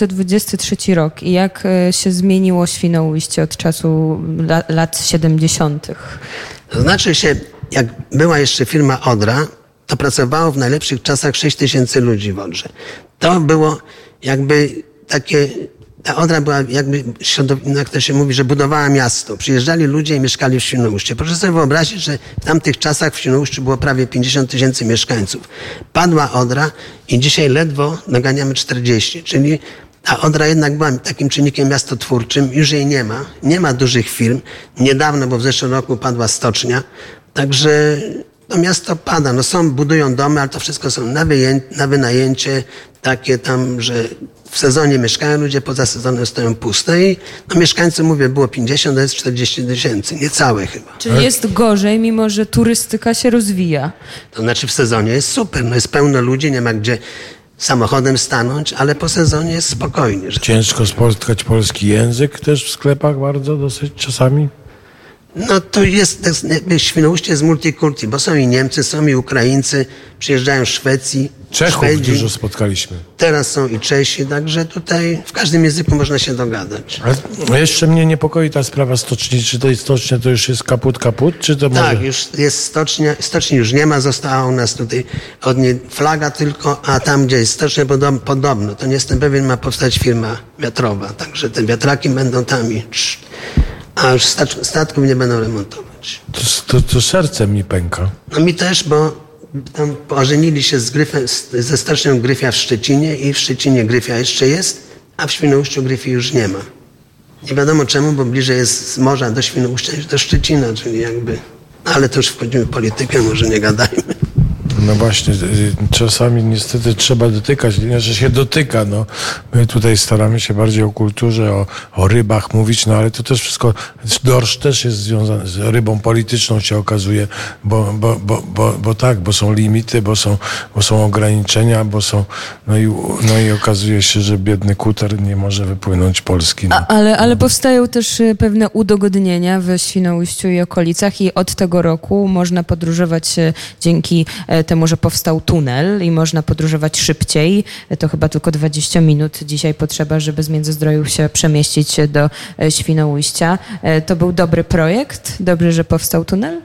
Speaker 5: 2023 rok i jak się zmieniło Świnoujście od czasu lat 70.?
Speaker 7: To znaczy się, jak była jeszcze firma Odra, to pracowało w najlepszych czasach 6 000 ludzi w Odrze. To było jakby takie... Ta Odra była jakby, jak to się mówi, że budowała miasto. Przyjeżdżali ludzie i mieszkali w Świnoujściu. Proszę sobie wyobrazić, że w tamtych czasach w Świnoujściu było prawie 50 000 mieszkańców. Padła Odra i dzisiaj ledwo doganiamy 40. Czyli ta Odra jednak była takim czynnikiem miastotwórczym. Już jej nie ma. Nie ma dużych firm. Niedawno, bo w zeszłym roku padła stocznia. Także no miasto pada. No budują domy, ale to wszystko są na wynajęcie. Takie tam, że w sezonie mieszkają ludzie, poza sezonem stoją puste i no mieszkańców, mówię, było 50, to jest 40 000, niecałe chyba.
Speaker 5: Czyli jest gorzej, mimo że turystyka się rozwija.
Speaker 7: To znaczy w sezonie jest super, no jest pełno ludzi, nie ma gdzie samochodem stanąć, ale po sezonie jest spokojnie.
Speaker 3: Ciężko spotkać polski język też w sklepach bardzo dosyć czasami?
Speaker 7: No to jest Świnoujście jest multikulti, bo są i Niemcy, są i Ukraińcy, przyjeżdżają z Szwecji,
Speaker 3: Czechów
Speaker 7: Szwedzi.
Speaker 3: dużo spotkaliśmy.
Speaker 7: Teraz są i Czesi, także tutaj w każdym języku można się dogadać.
Speaker 3: Ale jeszcze mnie niepokoi ta sprawa stoczni. Czy tej stocznia to już jest kaput, czy to może...
Speaker 7: Tak, już jest stocznia. Stoczni już nie ma, została u nas tutaj od niej flaga tylko, a tam, gdzie jest stocznia, podobno, to nie jestem pewien, ma powstać firma wiatrowa, także te wiatraki będą tam a już statków nie będą remontować.
Speaker 3: To serce mi pęka.
Speaker 7: No mi też, bo tam ożenili się ze stocznią Gryfia w Szczecinie i w Szczecinie Gryfia jeszcze jest, a w Świnoujściu Gryfii już nie ma. Nie wiadomo czemu, bo bliżej jest z morza do Świnoujścia niż do Szczecina, czyli jakby... Ale to już wchodzimy w politykę, może nie gadajmy.
Speaker 3: No właśnie, czasami niestety trzeba dotykać, nie, że się dotyka. No. My tutaj staramy się bardziej o kulturze, o rybach mówić, no ale to też wszystko, dorsz też jest związany z rybą polityczną, się okazuje, bo są limity, bo są ograniczenia, no i okazuje się, że biedny kuter nie może wypłynąć Polski. No.
Speaker 5: Ale powstają też pewne udogodnienia w Świnoujściu i okolicach i od tego roku można podróżować dzięki temu, że powstał tunel i można podróżować szybciej. To chyba tylko 20 minut dzisiaj potrzeba, żeby z Międzyzdrojów się przemieścić do Świnoujścia. To był dobry projekt? Dobrze, że powstał tunel?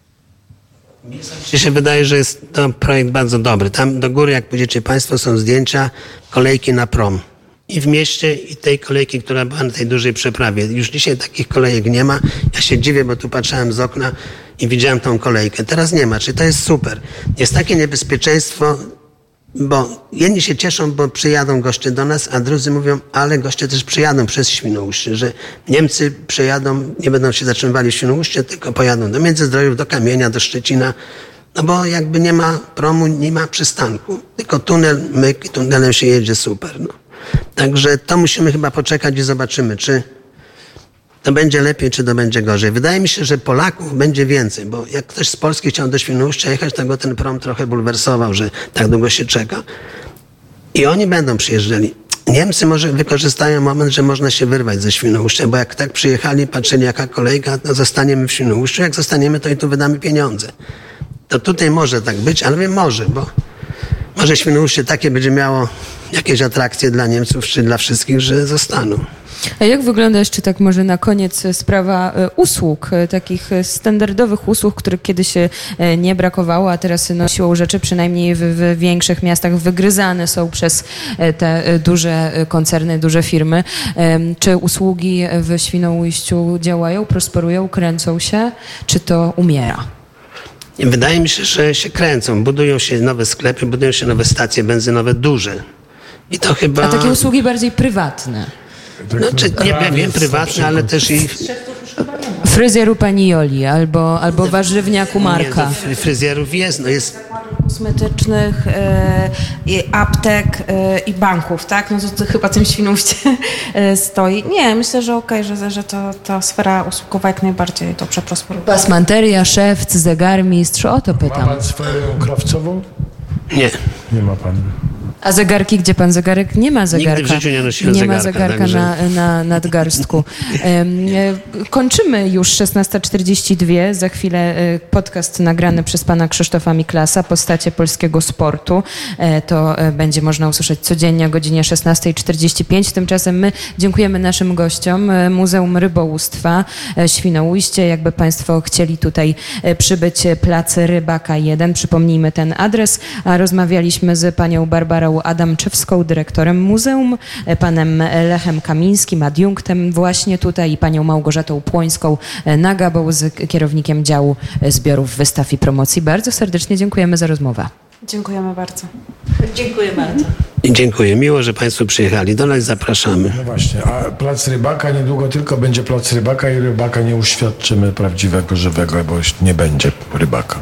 Speaker 7: Mi się wydaje, że jest to projekt bardzo dobry. Tam do góry, jak pójdziecie Państwo, są zdjęcia kolejki na prom. I w mieście, i tej kolejki, która była na tej dużej przeprawie. Już dzisiaj takich kolejek nie ma. Ja się dziwię, bo tu patrzyłem z okna i widziałem tą kolejkę. Teraz nie ma, czyli to jest super. Jest takie niebezpieczeństwo, bo jedni się cieszą, bo przyjadą goście do nas, a drudzy mówią, ale goście też przyjadą przez Świnoujście, że Niemcy przyjadą, nie będą się zatrzymywali w Świnoujście, tylko pojadą do Międzyzdrojów, do Kamienia, do Szczecina. No bo jakby nie ma promu, nie ma przystanku. Tylko tunel, myk i tunelem się jedzie super, no. Także to musimy chyba poczekać i zobaczymy, czy to będzie lepiej, czy to będzie gorzej. Wydaje mi się, że Polaków będzie więcej, bo jak ktoś z Polski chciał do Świnoujścia jechać, to go ten prom trochę bulwersował, że tak długo się czeka. I oni będą przyjeżdżali. Niemcy może wykorzystają moment, że można się wyrwać ze Świnoujścia, bo jak tak przyjechali, patrzyli jaka kolejka, to zostaniemy w Świnoujściu. Jak zostaniemy, to i tu wydamy pieniądze. To tutaj może tak być, ale może, bo może Świnoujście takie będzie miało jakieś atrakcje dla Niemców czy dla wszystkich, że zostaną.
Speaker 5: A jak wygląda jeszcze tak może na koniec sprawa usług, takich standardowych usług, których kiedyś nie brakowało, a teraz no, siłą rzeczy przynajmniej w większych miastach wygryzane są przez te duże koncerny, duże firmy. Czy usługi w Świnoujściu działają, prosperują, kręcą się, czy to umiera?
Speaker 7: Wydaje mi się, że się kręcą. Budują się nowe sklepy, budują się nowe stacje benzynowe, duże. I to chyba...
Speaker 5: A takie usługi bardziej prywatne?
Speaker 7: Znaczy, nie wiem, prywatne, ale też i...
Speaker 5: Fryzjer u pani Joli albo warzywniak u Marka.
Speaker 7: Nie, fryzjerów jest, no jest...
Speaker 8: Kosmetycznych, aptek i banków, tak? No to chyba tym Świnoujście stoi. Nie, myślę, że okej, że ta sfera usługowa jak najbardziej dobrze prosperuje.
Speaker 5: Pasmanteria, szewc, zegarmistrz, o to pytam.
Speaker 3: Ma pan sferę krawcową?
Speaker 7: Nie.
Speaker 3: Nie ma pan.
Speaker 5: A zegarki, gdzie pan zegarek? Nie ma zegarka.
Speaker 7: Nigdy w życiu nie nosiłem
Speaker 5: nie
Speaker 7: zegarka.
Speaker 5: Ma zegarka
Speaker 7: także...
Speaker 5: na nadgarstku. Kończymy już 16:42. Za chwilę podcast nagrany przez pana Krzysztofa Miklasa, Postacie polskiego sportu. To będzie można usłyszeć codziennie o godzinie 16:45. Tymczasem my dziękujemy naszym gościom. Muzeum Rybołówstwa Świnoujście. Jakby państwo chcieli tutaj przybyć, plac Rybaka 1. Przypomnijmy ten adres. A rozmawialiśmy z panią Barbarą Adamczewską, dyrektorem muzeum, panem Lechem Kamińskim, adiunktem właśnie tutaj i panią Małgorzatą Płońską, Nagabą, kierownikiem działu zbiorów, wystaw i promocji. Bardzo serdecznie dziękujemy za rozmowę.
Speaker 8: Dziękujemy bardzo.
Speaker 6: Dziękuję bardzo.
Speaker 7: I dziękuję. Miło, że państwo przyjechali. Do nas zapraszamy.
Speaker 3: No właśnie, a plac Rybaka niedługo tylko będzie plac Rybaka i Rybaka nie uświadczymy prawdziwego, żywego, bo już nie będzie Rybaka.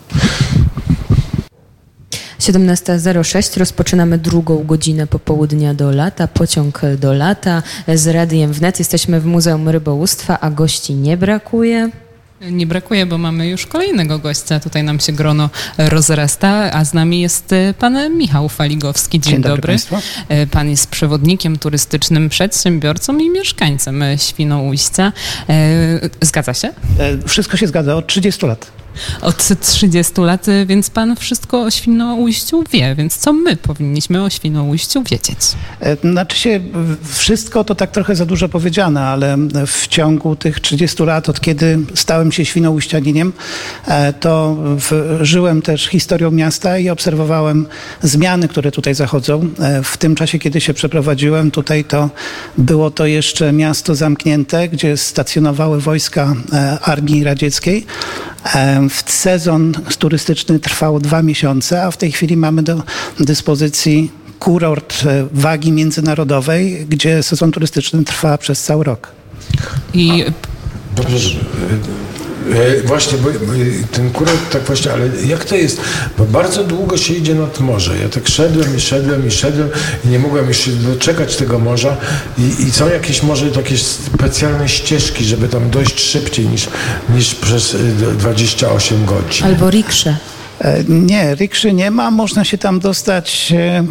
Speaker 5: 17:06. Rozpoczynamy drugą godzinę popołudnia do lata. Pociąg do lata z Radiem Wnet. Jesteśmy w Muzeum Rybołówstwa, a gości nie brakuje.
Speaker 2: Nie brakuje, bo mamy już kolejnego gościa. Tutaj nam się grono rozrasta, a z nami jest pan Michał Faligowski. Dzień dobry
Speaker 9: Państwu.
Speaker 2: Pan jest przewodnikiem turystycznym, przedsiębiorcą i mieszkańcem Świnoujścia. Zgadza się?
Speaker 9: Wszystko się zgadza, od 30 lat.
Speaker 2: Od 30 lat, więc pan wszystko o Świnoujściu wie, więc co my powinniśmy o Świnoujściu wiedzieć?
Speaker 9: Znaczy się, wszystko to tak trochę za dużo powiedziane, ale w ciągu tych 30 lat, od kiedy stałem się świnoujścianinem, to żyłem też historią miasta i obserwowałem zmiany, które tutaj zachodzą. W tym czasie, kiedy się przeprowadziłem tutaj, to było to jeszcze miasto zamknięte, gdzie stacjonowały wojska Armii Radzieckiej. Sezon turystyczny trwał 2 miesiące, a w tej chwili mamy do dyspozycji kurort wagi międzynarodowej, gdzie sezon turystyczny trwa przez cały rok.
Speaker 2: I
Speaker 3: dobrze. Właśnie, bo ten kurort tak właśnie, ale jak to jest? Bo bardzo długo się idzie nad morze. Ja tak szedłem i nie mogłem już się doczekać tego morza i są jakieś może takie specjalne ścieżki, żeby tam dojść szybciej niż przez 28 godzin.
Speaker 5: Albo riksze.
Speaker 9: Nie, rikszy nie ma. Można się tam dostać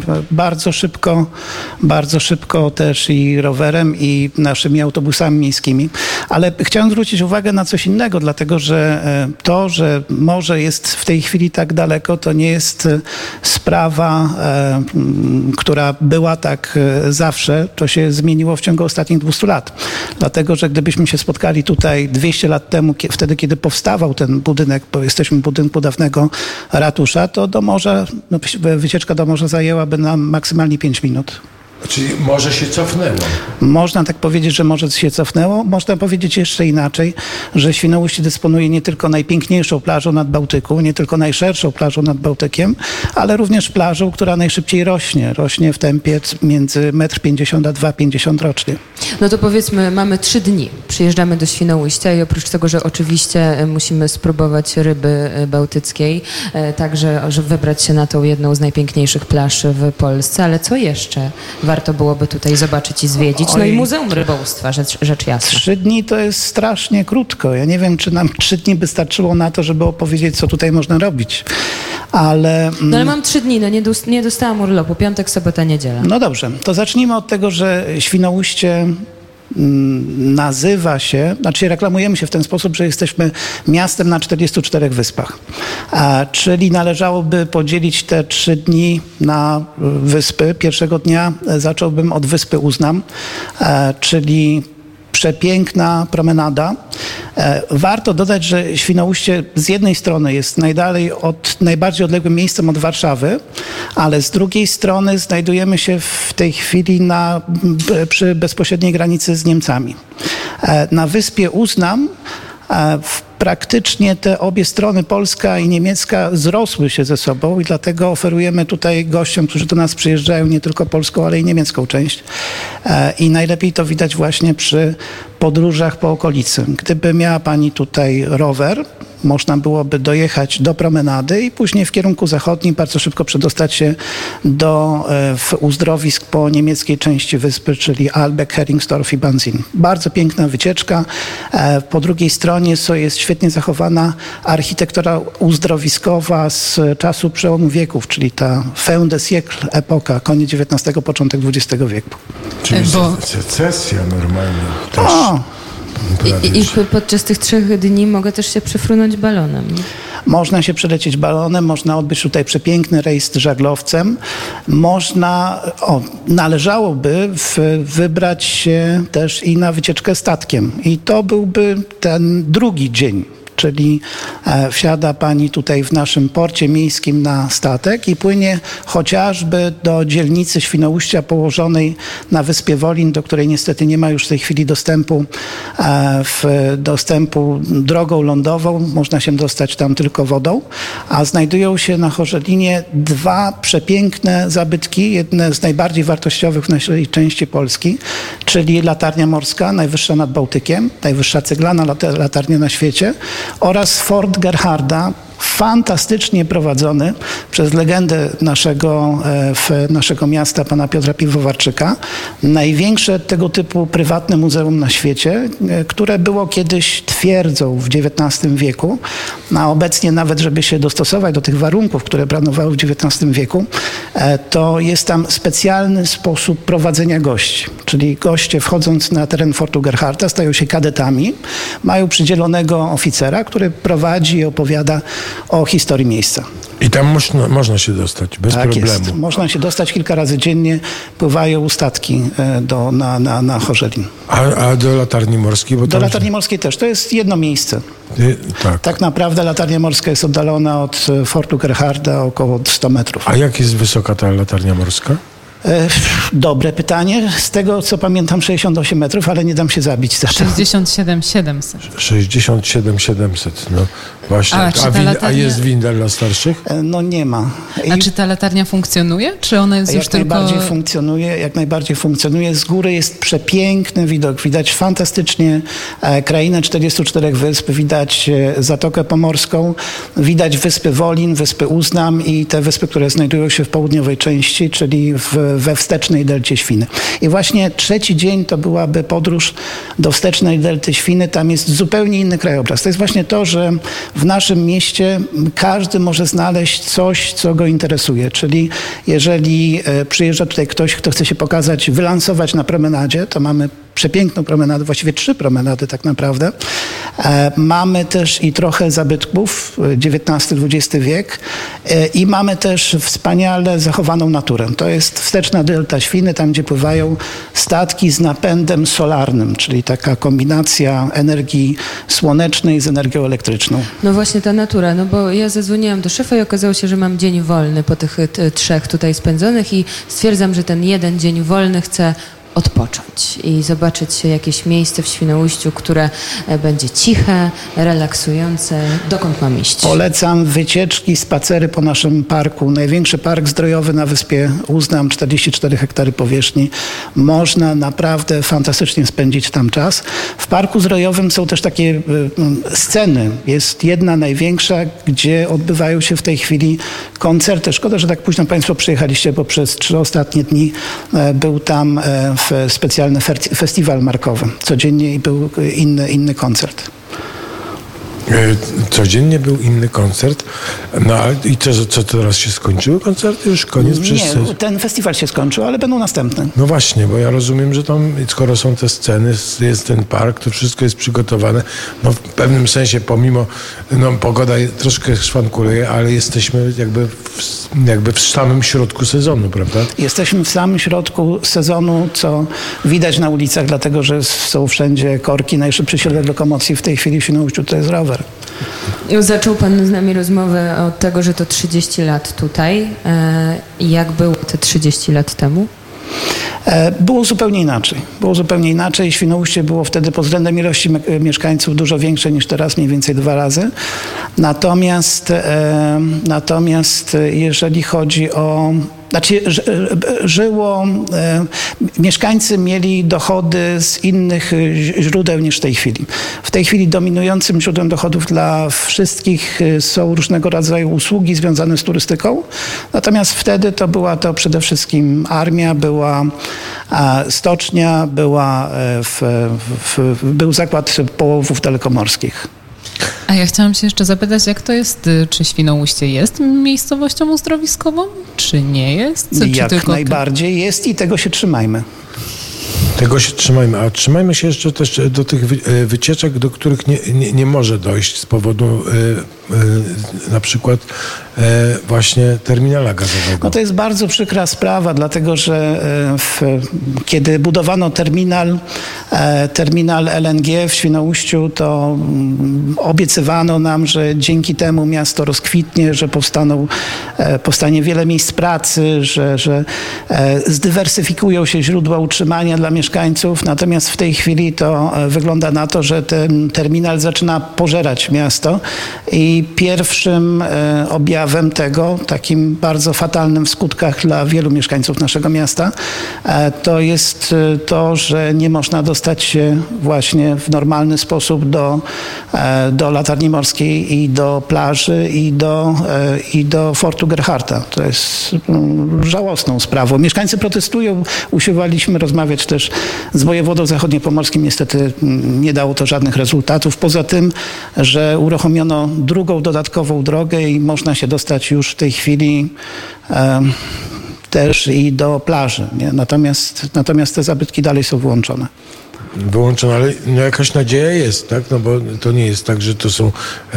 Speaker 9: bardzo szybko też i rowerem, i naszymi autobusami miejskimi. Ale chciałem zwrócić uwagę na coś innego, dlatego że to, że morze jest w tej chwili tak daleko, to nie jest sprawa, która była tak zawsze. To się zmieniło w ciągu ostatnich 200 lat. Dlatego, że gdybyśmy się spotkali tutaj 200 lat temu, wtedy, kiedy powstawał ten budynek, bo jesteśmy w budynku dawnego ratusza, to do morza, wycieczka do morza zajęłaby nam maksymalnie 5 minut.
Speaker 3: Czyli morze się cofnęło.
Speaker 9: Można tak powiedzieć, że morze się cofnęło. Można powiedzieć jeszcze inaczej, że Świnoujście dysponuje nie tylko najpiękniejszą plażą nad Bałtyku, nie tylko najszerszą plażą nad Bałtykiem, ale również plażą, która najszybciej rośnie. Rośnie w tempie między 1,50 m a 2,50 m rocznie.
Speaker 5: No to powiedzmy, mamy 3 dni. Przyjeżdżamy do Świnoujścia i oprócz tego, że oczywiście musimy spróbować ryby bałtyckiej, także wybrać się na tą jedną z najpiękniejszych plaż w Polsce, ale co jeszcze warto byłoby tutaj zobaczyć i zwiedzić? No i Muzeum Rybołówstwa, rzecz jasna.
Speaker 9: 3 dni to jest strasznie krótko. Ja nie wiem, czy nam 3 dni by starczyło na to, żeby opowiedzieć, co tutaj można robić. Ale
Speaker 5: mam 3 dni, nie dostałam urlopu. Piątek, sobota, niedziela.
Speaker 9: No dobrze, to zacznijmy od tego, że Świnoujście nazywa się, znaczy reklamujemy się w ten sposób, że jesteśmy miastem na 44 wyspach. Czyli należałoby podzielić te 3 dni na wyspy. Pierwszego dnia zacząłbym od wyspy Uznam, czyli przepiękna promenada. Warto dodać, że Świnoujście z jednej strony jest najbardziej odległym miejscem od Warszawy, ale z drugiej strony znajdujemy się w tej chwili przy bezpośredniej granicy z Niemcami. Na wyspie Uznam praktycznie te obie strony, polska i niemiecka, zrosły się ze sobą i dlatego oferujemy tutaj gościom, którzy do nas przyjeżdżają, nie tylko polską, ale i niemiecką część. I najlepiej to widać właśnie przy podróżach po okolicy. Gdyby miała pani tutaj rower, można byłoby dojechać do promenady i później w kierunku zachodnim bardzo szybko przedostać się do uzdrowisk po niemieckiej części wyspy, czyli Albeck, Heringsdorf i Banzin. Bardzo piękna wycieczka. Po drugiej stronie jest świetnie zachowana architektura uzdrowiskowa z czasu przełomu wieków, czyli ta fin de siècle epoka, koniec XIX, początek XX wieku.
Speaker 3: Czyli secesja normalnie też.
Speaker 5: I podczas tych 3 dni mogę też się przefrunąć balonem.
Speaker 9: Można się przelecieć balonem, można odbyć tutaj przepiękny rejs żaglowcem. Należałoby wybrać się też i na wycieczkę statkiem. I to byłby ten drugi dzień. Czyli wsiada pani tutaj w naszym porcie miejskim na statek i płynie chociażby do dzielnicy Świnoujścia położonej na wyspie Wolin, do której niestety nie ma już w tej chwili dostępu drogą lądową. Można się dostać tam tylko wodą, a znajdują się na Chorzelinie 2 przepiękne zabytki, jedne z najbardziej wartościowych w naszej części Polski, czyli latarnia morska, najwyższa nad Bałtykiem, najwyższa ceglana latarnia na świecie, oraz Fort Gerharda, fantastycznie prowadzony przez legendę naszego miasta, pana Piotra Piwowarczyka. Największe tego typu prywatne muzeum na świecie, które było kiedyś twierdzą w XIX wieku, a obecnie nawet, żeby się dostosować do tych warunków, które panowały w XIX wieku, to jest tam specjalny sposób prowadzenia gości. Czyli goście wchodząc na teren Fortu Gerharta stają się kadetami, mają przydzielonego oficera, który prowadzi i opowiada o historii miejsca.
Speaker 3: I tam można się dostać bez problemu.
Speaker 9: Jest. Można się dostać kilka razy dziennie. Pływają statki na Chorzelin.
Speaker 3: A do Latarni Morskiej?
Speaker 9: Do Latarni Morskiej też. To jest jedno miejsce. Tak naprawdę Latarnia Morska jest oddalona od Fortu Gerharda około 100 metrów.
Speaker 3: A jak jest wysoka ta Latarnia Morska?
Speaker 9: Dobre pytanie. Z tego, co pamiętam, 68 metrów, ale nie dam się zabić.
Speaker 2: 67 700.
Speaker 3: 67 700, no właśnie. A jest winda dla starszych?
Speaker 9: No nie ma.
Speaker 2: A czy ta latarnia funkcjonuje? Czy ona jest już tylko...
Speaker 9: Jak najbardziej funkcjonuje. Z góry jest przepiękny widok. Widać fantastycznie krainę 44 wysp, widać Zatokę Pomorską, widać wyspy Wolin, wyspy Uznam i te wyspy, które znajdują się w południowej części, czyli we wstecznej delcie Świny. I właśnie trzeci dzień to byłaby podróż do wstecznej delty Świny. Tam jest zupełnie inny krajobraz. To jest właśnie to, że w naszym mieście każdy może znaleźć coś, co go interesuje. Czyli jeżeli przyjeżdża tutaj ktoś, kto chce się pokazać, wylansować na promenadzie, to mamy przepiękną promenadę, właściwie 3 promenady tak naprawdę. Mamy też i trochę zabytków, XIX-XX wiek i mamy też wspaniale zachowaną naturę. To jest wsteczna delta Świny, tam gdzie pływają statki z napędem solarnym, czyli taka kombinacja energii słonecznej z energią elektryczną.
Speaker 5: No właśnie ta natura, no bo ja zadzwoniłam do szefa i okazało się, że mam dzień wolny po tych 3 tutaj spędzonych i stwierdzam, że ten jeden dzień wolny chcę odpocząć i zobaczyć jakieś miejsce w Świnoujściu, które będzie ciche, relaksujące. Dokąd mam iść?
Speaker 9: Polecam wycieczki, spacery po naszym parku. Największy park zdrojowy na wyspie Uznam, 44 hektary powierzchni. Można naprawdę fantastycznie spędzić tam czas. W parku zdrojowym są też takie sceny. Jest jedna największa, gdzie odbywają się w tej chwili koncerty. Szkoda, że tak późno Państwo przyjechaliście, bo przez 3 ostatnie dni był tam specjalny festiwal markowy. Codziennie był inny koncert.
Speaker 3: Codziennie był inny koncert. No i co teraz się skończyły koncerty? Już koniec?
Speaker 9: Nie, ten festiwal się skończył, ale będą następne.
Speaker 3: No właśnie, bo ja rozumiem, że tam, skoro są te sceny, jest ten park, to wszystko jest przygotowane. No w pewnym sensie, pomimo pogoda troszkę szwankuleje, ale jesteśmy jakby w samym środku sezonu, prawda?
Speaker 9: Jesteśmy w samym środku sezonu, co widać na ulicach, dlatego że są wszędzie korki. Najszybszy środek lokomocji w tej chwili w Świnoujściu to jest rower.
Speaker 5: Zaczął Pan z nami rozmowę od tego, że to 30 lat tutaj. Jak było te 30 lat temu?
Speaker 9: Było zupełnie inaczej. Świnoujście było wtedy pod względem ilości mieszkańców dużo większe niż teraz, mniej więcej 2 razy. Natomiast jeżeli chodzi o... mieszkańcy mieli dochody z innych źródeł niż w tej chwili. W tej chwili dominującym źródłem dochodów dla wszystkich są różnego rodzaju usługi związane z turystyką. Natomiast wtedy to była to przede wszystkim armia, była stocznia, był zakład połowów dalekomorskich.
Speaker 2: A ja chciałam się jeszcze zapytać, jak to jest, czy Świnoujście jest miejscowością uzdrowiskową, czy nie jest?
Speaker 9: Jak najbardziej jest i tego się trzymajmy.
Speaker 3: A trzymajmy się jeszcze też do tych wycieczek, do których nie może dojść z powodu na przykład właśnie terminala gazowego.
Speaker 9: No to jest bardzo przykra sprawa, dlatego że kiedy budowano terminal LNG w Świnoujściu, to obiecywano nam, że dzięki temu miasto rozkwitnie, że powstanie wiele miejsc pracy, że zdywersyfikują się źródła utrzymania dla mieszkańców. Natomiast w tej chwili to wygląda na to, że ten terminal zaczyna pożerać miasto i pierwszym objawem tego, takim bardzo fatalnym w skutkach dla wielu mieszkańców naszego miasta, to jest to, że nie można dostać dostać się właśnie w normalny sposób do Latarni Morskiej i do plaży i do Fortu Gerharta. To jest żałosną sprawą. Mieszkańcy protestują, usiłowaliśmy rozmawiać też z wojewodą zachodniopomorskim. Niestety nie dało to żadnych rezultatów. Poza tym, że uruchomiono drugą dodatkową drogę i można się dostać już w tej chwili też i do plaży. Nie? Natomiast te zabytki dalej są wyłączone.
Speaker 3: Wyłączone, ale no jakaś nadzieja jest, tak? No bo to nie jest tak, że to są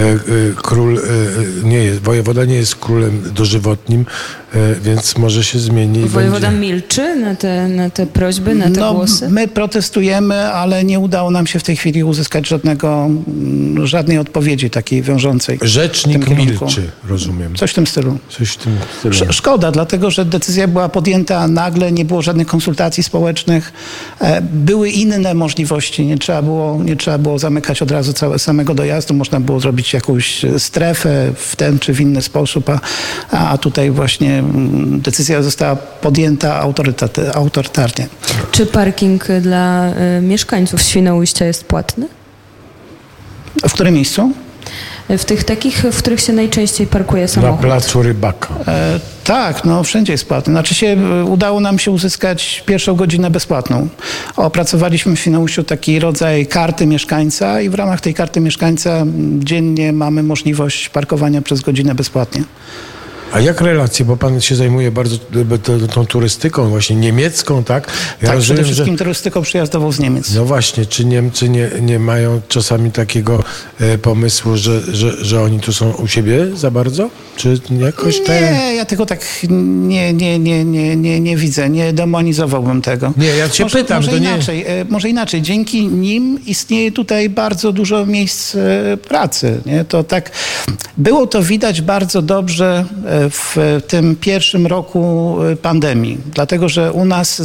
Speaker 3: wojewoda nie jest królem dożywotnim, więc może się zmieni.
Speaker 5: Wojewoda milczy na te prośby, na te głosy?
Speaker 9: My protestujemy, ale nie udało nam się w tej chwili uzyskać żadnej odpowiedzi takiej wiążącej.
Speaker 3: Rzecznik milczy, rozumiem.
Speaker 9: Coś w tym stylu. Szkoda, dlatego że decyzja była podjęta nagle, nie było żadnych konsultacji społecznych. Były inne możliwości, nie trzeba było zamykać od razu samego dojazdu, można było zrobić jakąś strefę w ten czy w inny sposób, a tutaj właśnie decyzja została podjęta autorytarnie.
Speaker 5: Czy parking dla mieszkańców Świnoujścia jest płatny?
Speaker 9: W którym miejscu?
Speaker 5: W tych takich, w których się najczęściej parkuje samochód.
Speaker 3: Na placu Rybaka.
Speaker 9: Tak, wszędzie jest płatny. Znaczy udało nam się uzyskać pierwszą godzinę bezpłatną. Opracowaliśmy w Świnoujściu taki rodzaj karty mieszkańca i w ramach tej karty mieszkańca dziennie mamy możliwość parkowania przez godzinę bezpłatnie.
Speaker 3: A jak relacje, bo pan się zajmuje bardzo tą turystyką właśnie niemiecką, tak?
Speaker 9: Ja rozumiem, przede wszystkim turystyką przyjazdową z Niemiec.
Speaker 3: No właśnie, czy Niemcy nie mają czasami takiego pomysłu, że oni tu są u siebie za bardzo? Czy jakoś
Speaker 9: Nie, ja tego tak nie widzę, nie demonizowałbym tego.
Speaker 3: Nie, ja cię pytam.
Speaker 9: Może inaczej. Dzięki nim istnieje tutaj bardzo dużo miejsc pracy. Nie? To tak, było to widać bardzo dobrze w tym pierwszym roku pandemii, dlatego że u nas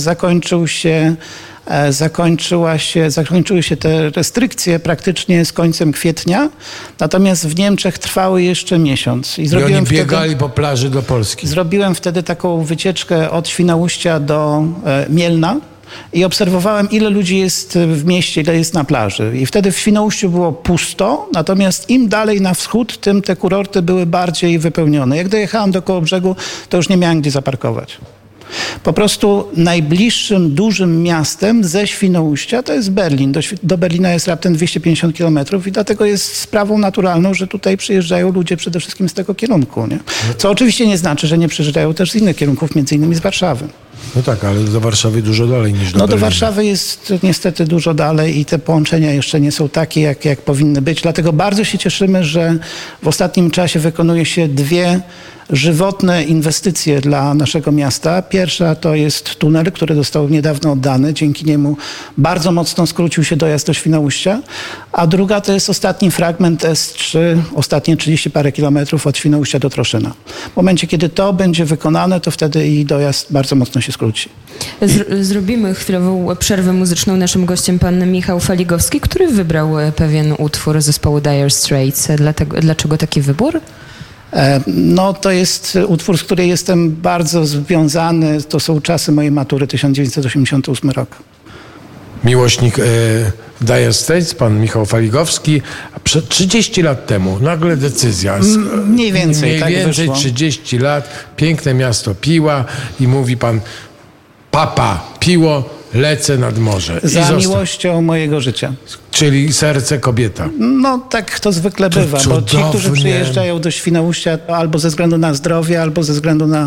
Speaker 9: zakończyły się te restrykcje praktycznie z końcem kwietnia, natomiast w Niemczech trwały jeszcze miesiąc.
Speaker 3: I oni biegali po plaży do Polski.
Speaker 9: Zrobiłem wtedy taką wycieczkę od Świnoujścia do Mielna i obserwowałem, ile ludzi jest w mieście, ile jest na plaży. I wtedy w Świnoujściu było pusto, natomiast im dalej na wschód, tym te kurorty były bardziej wypełnione. Jak dojechałem do Kołobrzegu, to już nie miałem gdzie zaparkować. Po prostu najbliższym dużym miastem ze Świnoujścia to jest Berlin. Do Berlina jest raptem 250 kilometrów i dlatego jest sprawą naturalną, że tutaj przyjeżdżają ludzie przede wszystkim z tego kierunku. Nie? Co oczywiście nie znaczy, że nie przyjeżdżają też z innych kierunków, między innymi z Warszawy.
Speaker 3: No tak, ale do Warszawy dużo dalej niż do Berlina.
Speaker 9: Do Warszawy jest niestety dużo dalej i te połączenia jeszcze nie są takie, jak powinny być. Dlatego bardzo się cieszymy, że w ostatnim czasie wykonuje się dwie żywotne inwestycje dla naszego miasta. Pierwsza to jest tunel, który został niedawno oddany. Dzięki niemu bardzo mocno skrócił się dojazd do Świnoujścia. A druga to jest ostatni fragment S3, ostatnie 30 parę kilometrów od Świnoujścia do Troszyna. W momencie, kiedy to będzie wykonane, to wtedy i dojazd bardzo mocno się skróci.
Speaker 5: Zrobimy chwilową przerwę muzyczną. Naszym gościem pan Michał Faligowski, który wybrał pewien utwór zespołu Dire Straits. Dlaczego taki wybór?
Speaker 9: No to jest utwór, z którym jestem bardzo związany. To są czasy mojej matury, 1988 rok.
Speaker 3: Miłośnik Dire Straits, pan Michał Faligowski. Przed 30 lat temu nagle decyzja.
Speaker 9: Mniej więcej
Speaker 3: 30 lat, piękne miasto Piła i mówi pan, papa, Piło, lecę nad morze.
Speaker 9: Za miłością mojego życia.
Speaker 3: Czyli serce kobieta.
Speaker 9: No tak to zwykle bywa, bo ci, którzy przyjeżdżają do Świnoujścia albo ze względu na zdrowie, albo ze względu na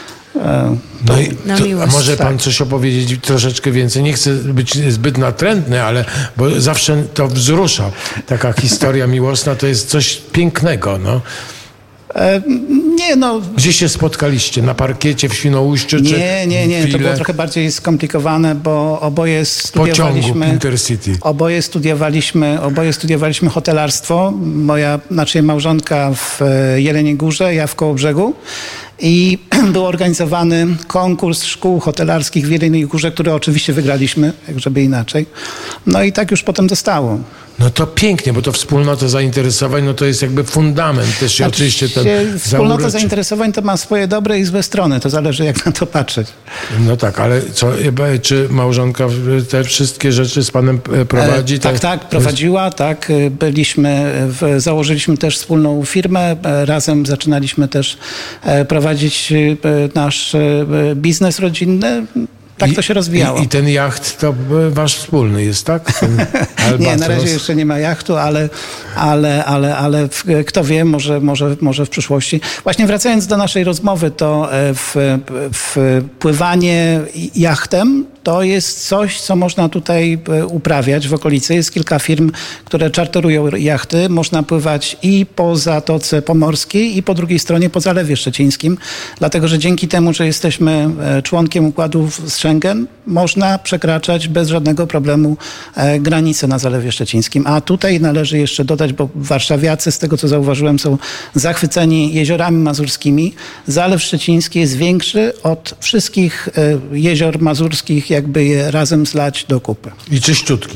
Speaker 3: a może pan coś opowiedzieć troszeczkę więcej? Nie chcę być zbyt natrętny, ale bo zawsze to wzrusza. Taka historia miłosna to jest coś pięknego, no.
Speaker 9: Nie, no.
Speaker 3: Gdzie się spotkaliście? Na parkiecie w Świnoujściu?
Speaker 9: Nie. To było trochę bardziej skomplikowane, bo oboje studiowaliśmy hotelarstwo. Moja małżonka w Jeleniej Górze, ja w Kołobrzegu. I był organizowany konkurs szkół hotelarskich w Jeleniej Górze, który oczywiście wygraliśmy, jak żeby inaczej. No i tak już potem zostało.
Speaker 3: No to pięknie, bo to wspólnota zainteresowań, no to jest jakby fundament też i oczywiście ten
Speaker 9: wspólnota zainteresowań to ma swoje dobre i złe strony, to zależy jak na to patrzeć.
Speaker 3: No tak, ale czy małżonka te wszystkie rzeczy z panem prowadzi?
Speaker 9: Tak, prowadziła, tak. Założyliśmy też wspólną firmę, razem zaczynaliśmy też prowadzić nasz biznes rodzinny. Tak to się rozwijało.
Speaker 3: I ten jacht to wasz wspólny jest, tak?
Speaker 9: Nie, na razie jeszcze nie ma jachtu, ale kto wie, może w przyszłości. Właśnie wracając do naszej rozmowy, to pływanie jachtem to jest coś, co można tutaj uprawiać w okolicy. Jest kilka firm, które czarterują jachty. Można pływać i po Zatoce Pomorskiej, i po drugiej stronie po Zalewie Szczecińskim, dlatego że dzięki temu, że jesteśmy członkiem układu z Schengen, można przekraczać bez żadnego problemu granice na Zalewie Szczecińskim. A tutaj należy jeszcze dodać, bo warszawiacy, z tego co zauważyłem, są zachwyceni jeziorami mazurskimi. Zalew Szczeciński jest większy od wszystkich jezior mazurskich, jakby je razem zlać do kupy.
Speaker 3: I czyściutki.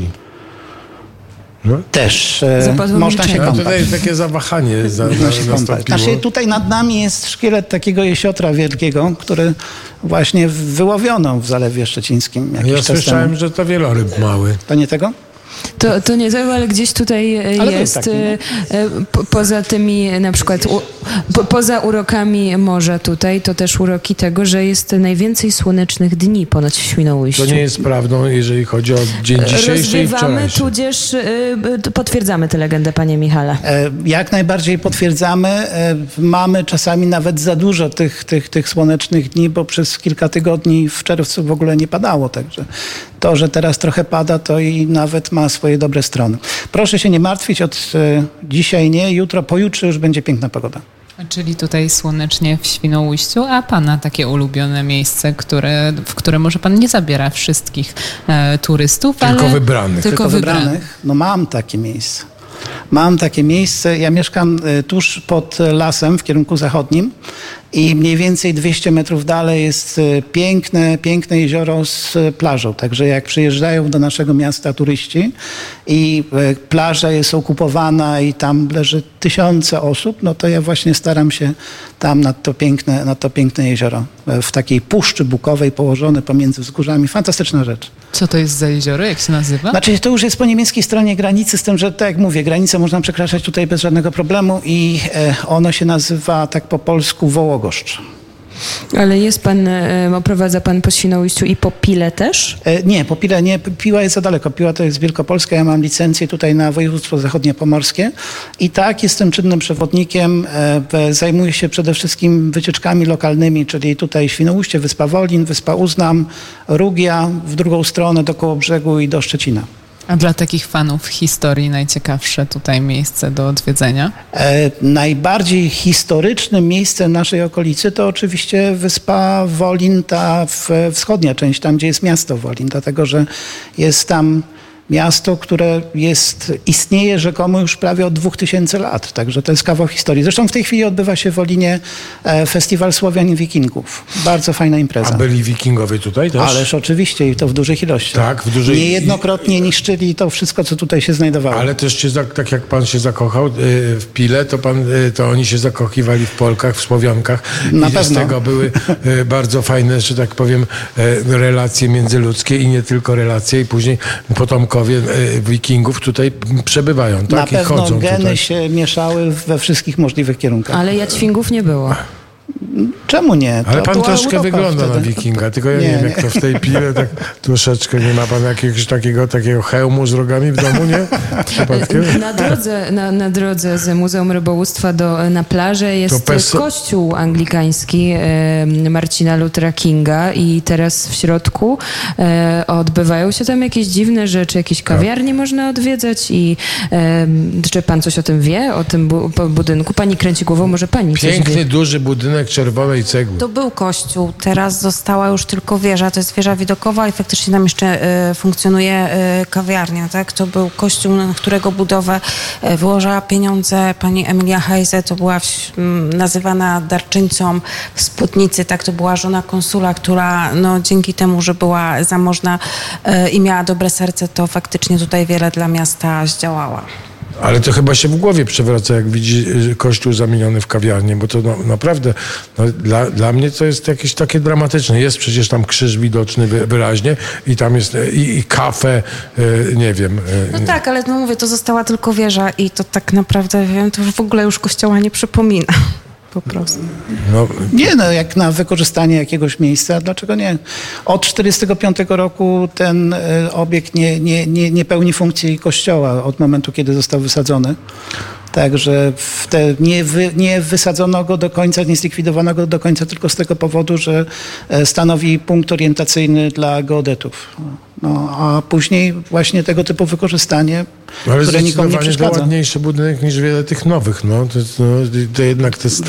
Speaker 3: No.
Speaker 9: Też można się kąpać.
Speaker 3: Tutaj jest takie zawahanie
Speaker 9: nastąpiło. Tutaj nad nami jest szkielet takiego jesiotra wielkiego, który właśnie wyłowiono w Zalewie Szczecińskim.
Speaker 3: Ja słyszałem, że to wieloryb mały.
Speaker 9: To nie tego?
Speaker 5: To nie tego, ale gdzieś tutaj jest taki, poza tymi na przykład poza urokami morza tutaj, to też uroki tego, że jest najwięcej słonecznych dni ponoć w Świnoujściu.
Speaker 3: To nie jest prawdą, jeżeli chodzi o dzień dzisiejszy i wczorajszy.
Speaker 5: Tudzież potwierdzamy tę legendę, panie Michale.
Speaker 9: Jak najbardziej potwierdzamy. Mamy czasami nawet za dużo tych słonecznych dni, bo przez kilka tygodni w czerwcu w ogóle nie padało, także to, że teraz trochę pada, to i nawet ma swoje dobre strony. Proszę się nie martwić, od dzisiaj nie, jutro, pojutrze już będzie piękna pogoda.
Speaker 2: Czyli tutaj słonecznie w Świnoujściu, a pana takie ulubione miejsce, w które może pan nie zabiera wszystkich turystów,
Speaker 3: tylko wybranych.
Speaker 9: Tylko wybranych. No mam takie miejsce. Ja mieszkam tuż pod lasem w kierunku zachodnim i mniej więcej 200 metrów dalej jest piękne jezioro z plażą. Także jak przyjeżdżają do naszego miasta turyści i plaża jest okupowana i tam leży tysiące osób, no to ja właśnie staram się tam nad to piękne jezioro w takiej puszczy bukowej położone pomiędzy wzgórzami. Fantastyczna rzecz.
Speaker 2: Co to jest za jezioro? Jak się nazywa?
Speaker 9: Znaczy to już jest po niemieckiej stronie granicy, z tym, że tak jak mówię, granicę można przekraczać tutaj bez żadnego problemu i ono się nazywa tak po polsku Wołogoszcz.
Speaker 5: Ale oprowadza pan po Świnoujściu i po Pile też?
Speaker 9: Nie, po Pile nie. Piła jest za daleko. Piła to jest Wielkopolska. Ja mam licencję tutaj na województwo zachodniopomorskie i tak jestem czynnym przewodnikiem. Zajmuję się przede wszystkim wycieczkami lokalnymi, czyli tutaj Świnoujście, Wyspa Wolin, Wyspa Uznam, Rugia, w drugą stronę do Kołobrzegu i do Szczecina.
Speaker 2: A dla takich fanów historii najciekawsze tutaj miejsce do odwiedzenia?
Speaker 9: Najbardziej historycznym miejscem naszej okolicy to oczywiście Wyspa Wolin, ta wschodnia część, tam gdzie jest miasto Wolin, dlatego że jest tam miasto, które istnieje rzekomo już prawie od 2000 lat, także to jest kawał historii. Zresztą w tej chwili odbywa się w Wolinie Festiwal Słowian i Wikingów. Bardzo fajna impreza.
Speaker 3: A byli wikingowie tutaj też?
Speaker 9: Ależ oczywiście i to w dużych ilościach.
Speaker 3: Tak, w dużej...
Speaker 9: Niejednokrotnie niszczyli to wszystko, co tutaj się znajdowało.
Speaker 3: Ale też tak jak pan się zakochał w Pile, to oni się zakochiwali w Polkach, w Słowiankach.
Speaker 9: Na
Speaker 3: I
Speaker 9: pewno.
Speaker 3: z tego były bardzo fajne, że tak powiem, relacje międzyludzkie i nie tylko relacje i później potomkowie wikingów tutaj przebywają, tak?
Speaker 9: Na
Speaker 3: I
Speaker 9: pewno
Speaker 3: chodzą
Speaker 9: geny
Speaker 3: tutaj.
Speaker 9: się mieszały we wszystkich możliwych kierunkach.
Speaker 5: Ale jadźwingów nie było.
Speaker 9: Czemu nie?
Speaker 3: Ale pan
Speaker 9: była
Speaker 3: troszkę
Speaker 9: Europa
Speaker 3: wygląda
Speaker 9: wtedy.
Speaker 3: na wikinga, tylko ja nie wiem, jak to w tej Pile, tak troszeczkę nie ma pan jakiegoś takiego hełmu z rogami w domu, nie? Przypadkiem?
Speaker 5: Na drodze z Muzeum Rybołówstwa na plażę jest kościół anglikański Marcina Luthera Kinga i teraz w środku odbywają się tam jakieś dziwne rzeczy, jakieś kawiarnie można odwiedzać i czy pan coś o tym wie, o tym budynku? Pani kręci głową, może pani coś wie?
Speaker 3: Piękny, duży budynek czerwonej samej cegły.
Speaker 8: To był kościół, teraz została już tylko wieża, to jest wieża widokowa i faktycznie tam jeszcze funkcjonuje kawiarnia, tak? To był kościół, na którego budowę wyłożyła pieniądze pani Emilia Heise, to była nazywana darczyńcą Spódnicy, tak? To była żona konsula, która no, dzięki temu, że była zamożna i miała dobre serce, to faktycznie tutaj wiele dla miasta zdziałała.
Speaker 3: Ale to chyba się w głowie przewraca, jak widzi kościół zamieniony w kawiarnię, bo to naprawdę dla mnie to jest jakieś takie dramatyczne. Jest przecież tam krzyż widoczny wyraźnie i tam jest i kafe, nie wiem.
Speaker 8: No tak, ale no mówię, to została tylko wieża i to tak naprawdę, wiem, to w ogóle już kościoła nie przypomina. Po prostu.
Speaker 9: No. Nie, no jak na wykorzystanie jakiegoś miejsca, dlaczego nie? Od 1945 roku ten obiekt nie pełni funkcji kościoła od momentu, kiedy został wysadzony. Także nie wysadzono go do końca, nie zlikwidowano go do końca tylko z tego powodu, że stanowi punkt orientacyjny dla geodetów. No, a później właśnie tego typu wykorzystanie, które nikomu nie przeszkadza.
Speaker 3: To ładniejszy budynek niż wiele tych nowych. No. To jednak te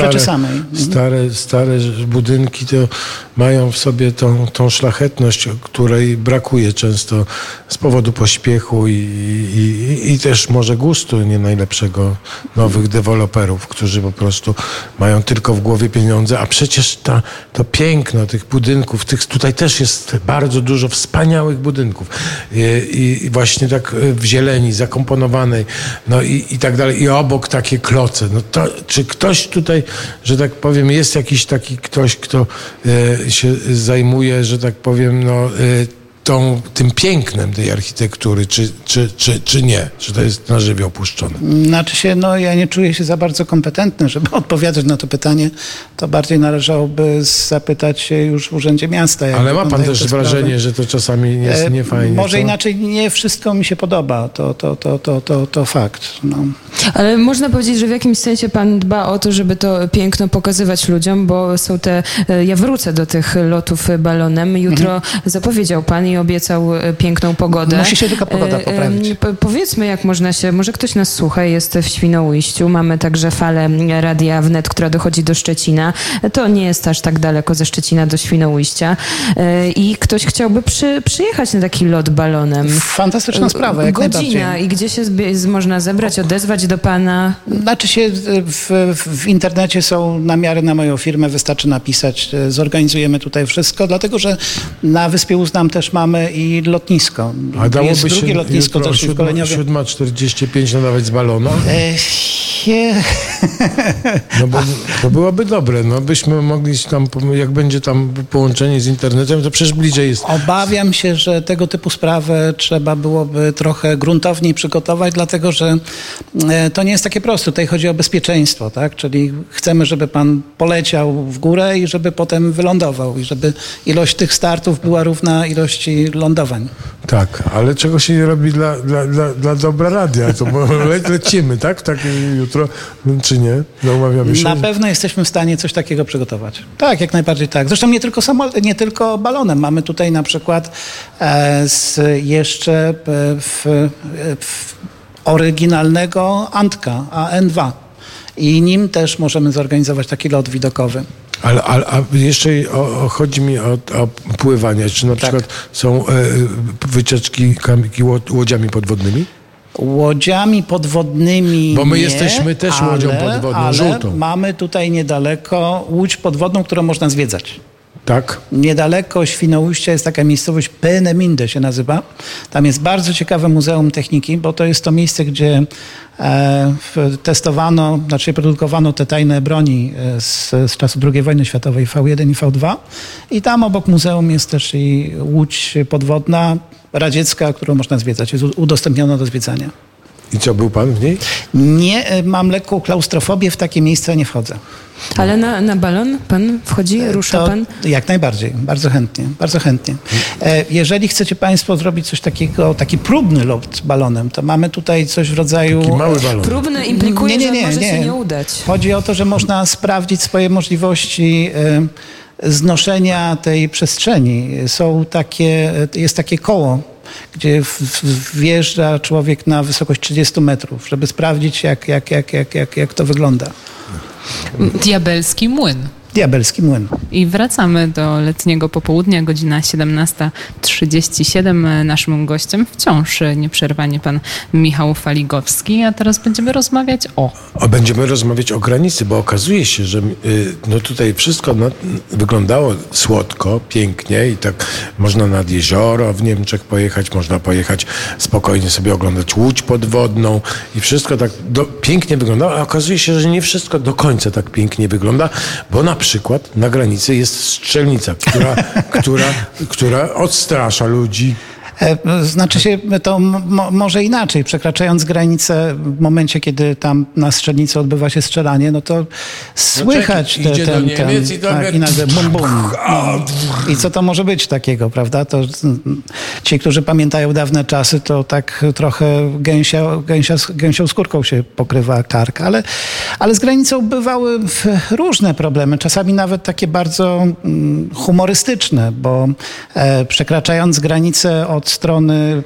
Speaker 3: stare budynki to mają w sobie tą szlachetność, której brakuje często z powodu pośpiechu i też może gustu nie najlepszego nowych deweloperów, którzy po prostu mają tylko w głowie pieniądze, a przecież to piękno tych budynków, tutaj też jest bardzo dużo wspaniałych budynków i właśnie tak w zieleni, zakomponowanej, no i tak dalej, i obok takie kloce. No to, czy ktoś tutaj, że tak powiem, jest jakiś taki ktoś, kto się zajmuje, że tak powiem, no tym pięknem tej architektury, czy nie? Czy to jest na żywioł puszczone?
Speaker 9: Znaczy się, no ja nie czuję się za bardzo kompetentny, żeby odpowiadać na to pytanie. To bardziej należałoby zapytać się już w Urzędzie Miasta.
Speaker 3: Ale ma pan też wrażenie, że to czasami jest niefajnie?
Speaker 9: Może inaczej, nie wszystko mi się podoba. To fakt. No.
Speaker 5: Ale można powiedzieć, że w jakimś sensie pan dba o to, żeby to piękno pokazywać ludziom, bo są ja wrócę do tych lotów balonem. Jutro zapowiedział pan i obiecał piękną pogodę.
Speaker 9: Musi się tylko pogoda poprawić.
Speaker 5: Powiedzmy, jak można się, może ktoś nas słucha, jest w Świnoujściu, mamy także falę Radia Wnet, która dochodzi do Szczecina. To nie jest aż tak daleko ze Szczecina do Świnoujścia i ktoś chciałby przyjechać na taki lot balonem.
Speaker 9: Fantastyczna sprawa, jak
Speaker 5: godzina
Speaker 9: najbardziej.
Speaker 5: I gdzie się można zebrać, odezwać do pana?
Speaker 9: Znaczy się, w internecie są namiary na moją firmę, wystarczy napisać, zorganizujemy tutaj wszystko, dlatego, że na Wyspie Uznam też mamy i lotnisko.
Speaker 3: A dałoby
Speaker 9: jest drugie
Speaker 3: się
Speaker 9: lotnisko też szkoleniowe.
Speaker 3: 7:45 nadawać z balona? No bo to byłoby dobre. No byśmy mogli tam, jak będzie tam połączenie z internetem, to przecież bliżej jest.
Speaker 9: Obawiam się, że tego typu sprawę trzeba byłoby trochę gruntowniej przygotować, dlatego że to nie jest takie proste. Tutaj chodzi o bezpieczeństwo, tak? Czyli chcemy, żeby pan poleciał w górę i żeby potem wylądował i żeby ilość tych startów była równa ilości lądowań.
Speaker 3: Tak, ale czego się nie robi dla dobra radia? To lecimy, tak? Tak jutro, czy nie? Zaumawiamy się?
Speaker 9: Na pewno jesteśmy w stanie coś takiego przygotować. Tak, jak najbardziej tak. Zresztą nie tylko balonem. Mamy tutaj na przykład jeszcze oryginalnego Antka, AN2. I nim też możemy zorganizować taki lot widokowy.
Speaker 3: A jeszcze chodzi mi o pływanie. Czy na przykład są wycieczki łodziami podwodnymi?
Speaker 9: Łodziami podwodnymi
Speaker 3: bo my jesteśmy też łodzią podwodną, żółtą.
Speaker 9: Mamy tutaj niedaleko łódź podwodną, którą można zwiedzać.
Speaker 3: Tak.
Speaker 9: Niedaleko Świnoujścia jest taka miejscowość Peenemünde się nazywa. Tam jest bardzo ciekawe Muzeum Techniki, bo to jest to miejsce, gdzie produkowano te tajne broni z czasu II wojny światowej V1 i V2. I tam obok muzeum jest też i łódź podwodna radziecka, którą można zwiedzać. Jest udostępniona do zwiedzania.
Speaker 3: I co, był pan w niej?
Speaker 9: Nie, mam lekką klaustrofobię, w takie miejsca nie wchodzę.
Speaker 5: Ale na balon pan wchodzi, rusza pan?
Speaker 9: Jak najbardziej, bardzo chętnie, bardzo chętnie. Jeżeli chcecie państwo zrobić coś takiego, taki próbny lot balonem, to mamy tutaj coś w rodzaju...
Speaker 3: Taki mały balon.
Speaker 5: Próbny implikuje, że może się nie udać.
Speaker 9: Chodzi o to, że można sprawdzić swoje możliwości znoszenia tej przestrzeni. Jest takie koło, gdzie wjeżdża człowiek na wysokość 30 metrów, żeby sprawdzić, jak to wygląda.
Speaker 2: Diabelski młyn.
Speaker 9: Diabelski Młyn.
Speaker 2: I wracamy do letniego popołudnia, godzina 17:37. Naszym gościem wciąż nieprzerwanie pan Michał Faligowski, a teraz będziemy rozmawiać
Speaker 3: Będziemy rozmawiać o granicy, bo okazuje się, że tutaj wszystko wyglądało słodko, pięknie i tak można nad jezioro w Niemczech pojechać, można pojechać spokojnie sobie oglądać łódź podwodną i wszystko tak pięknie wyglądało, a okazuje się, że nie wszystko do końca tak pięknie wygląda, bo na przykład na granicy jest strzelnica, która odstrasza ludzi.
Speaker 9: Znaczy się to może inaczej. Przekraczając granicę w momencie, kiedy tam na strzelnicy odbywa się strzelanie, no to słychać i nagle bum bum. No. I co to może być takiego, prawda? To ci, którzy pamiętają dawne czasy, to tak trochę gęsią skórką się pokrywa kark. Ale z granicą bywały różne problemy, czasami nawet takie bardzo humorystyczne, bo przekraczając granicę od strony,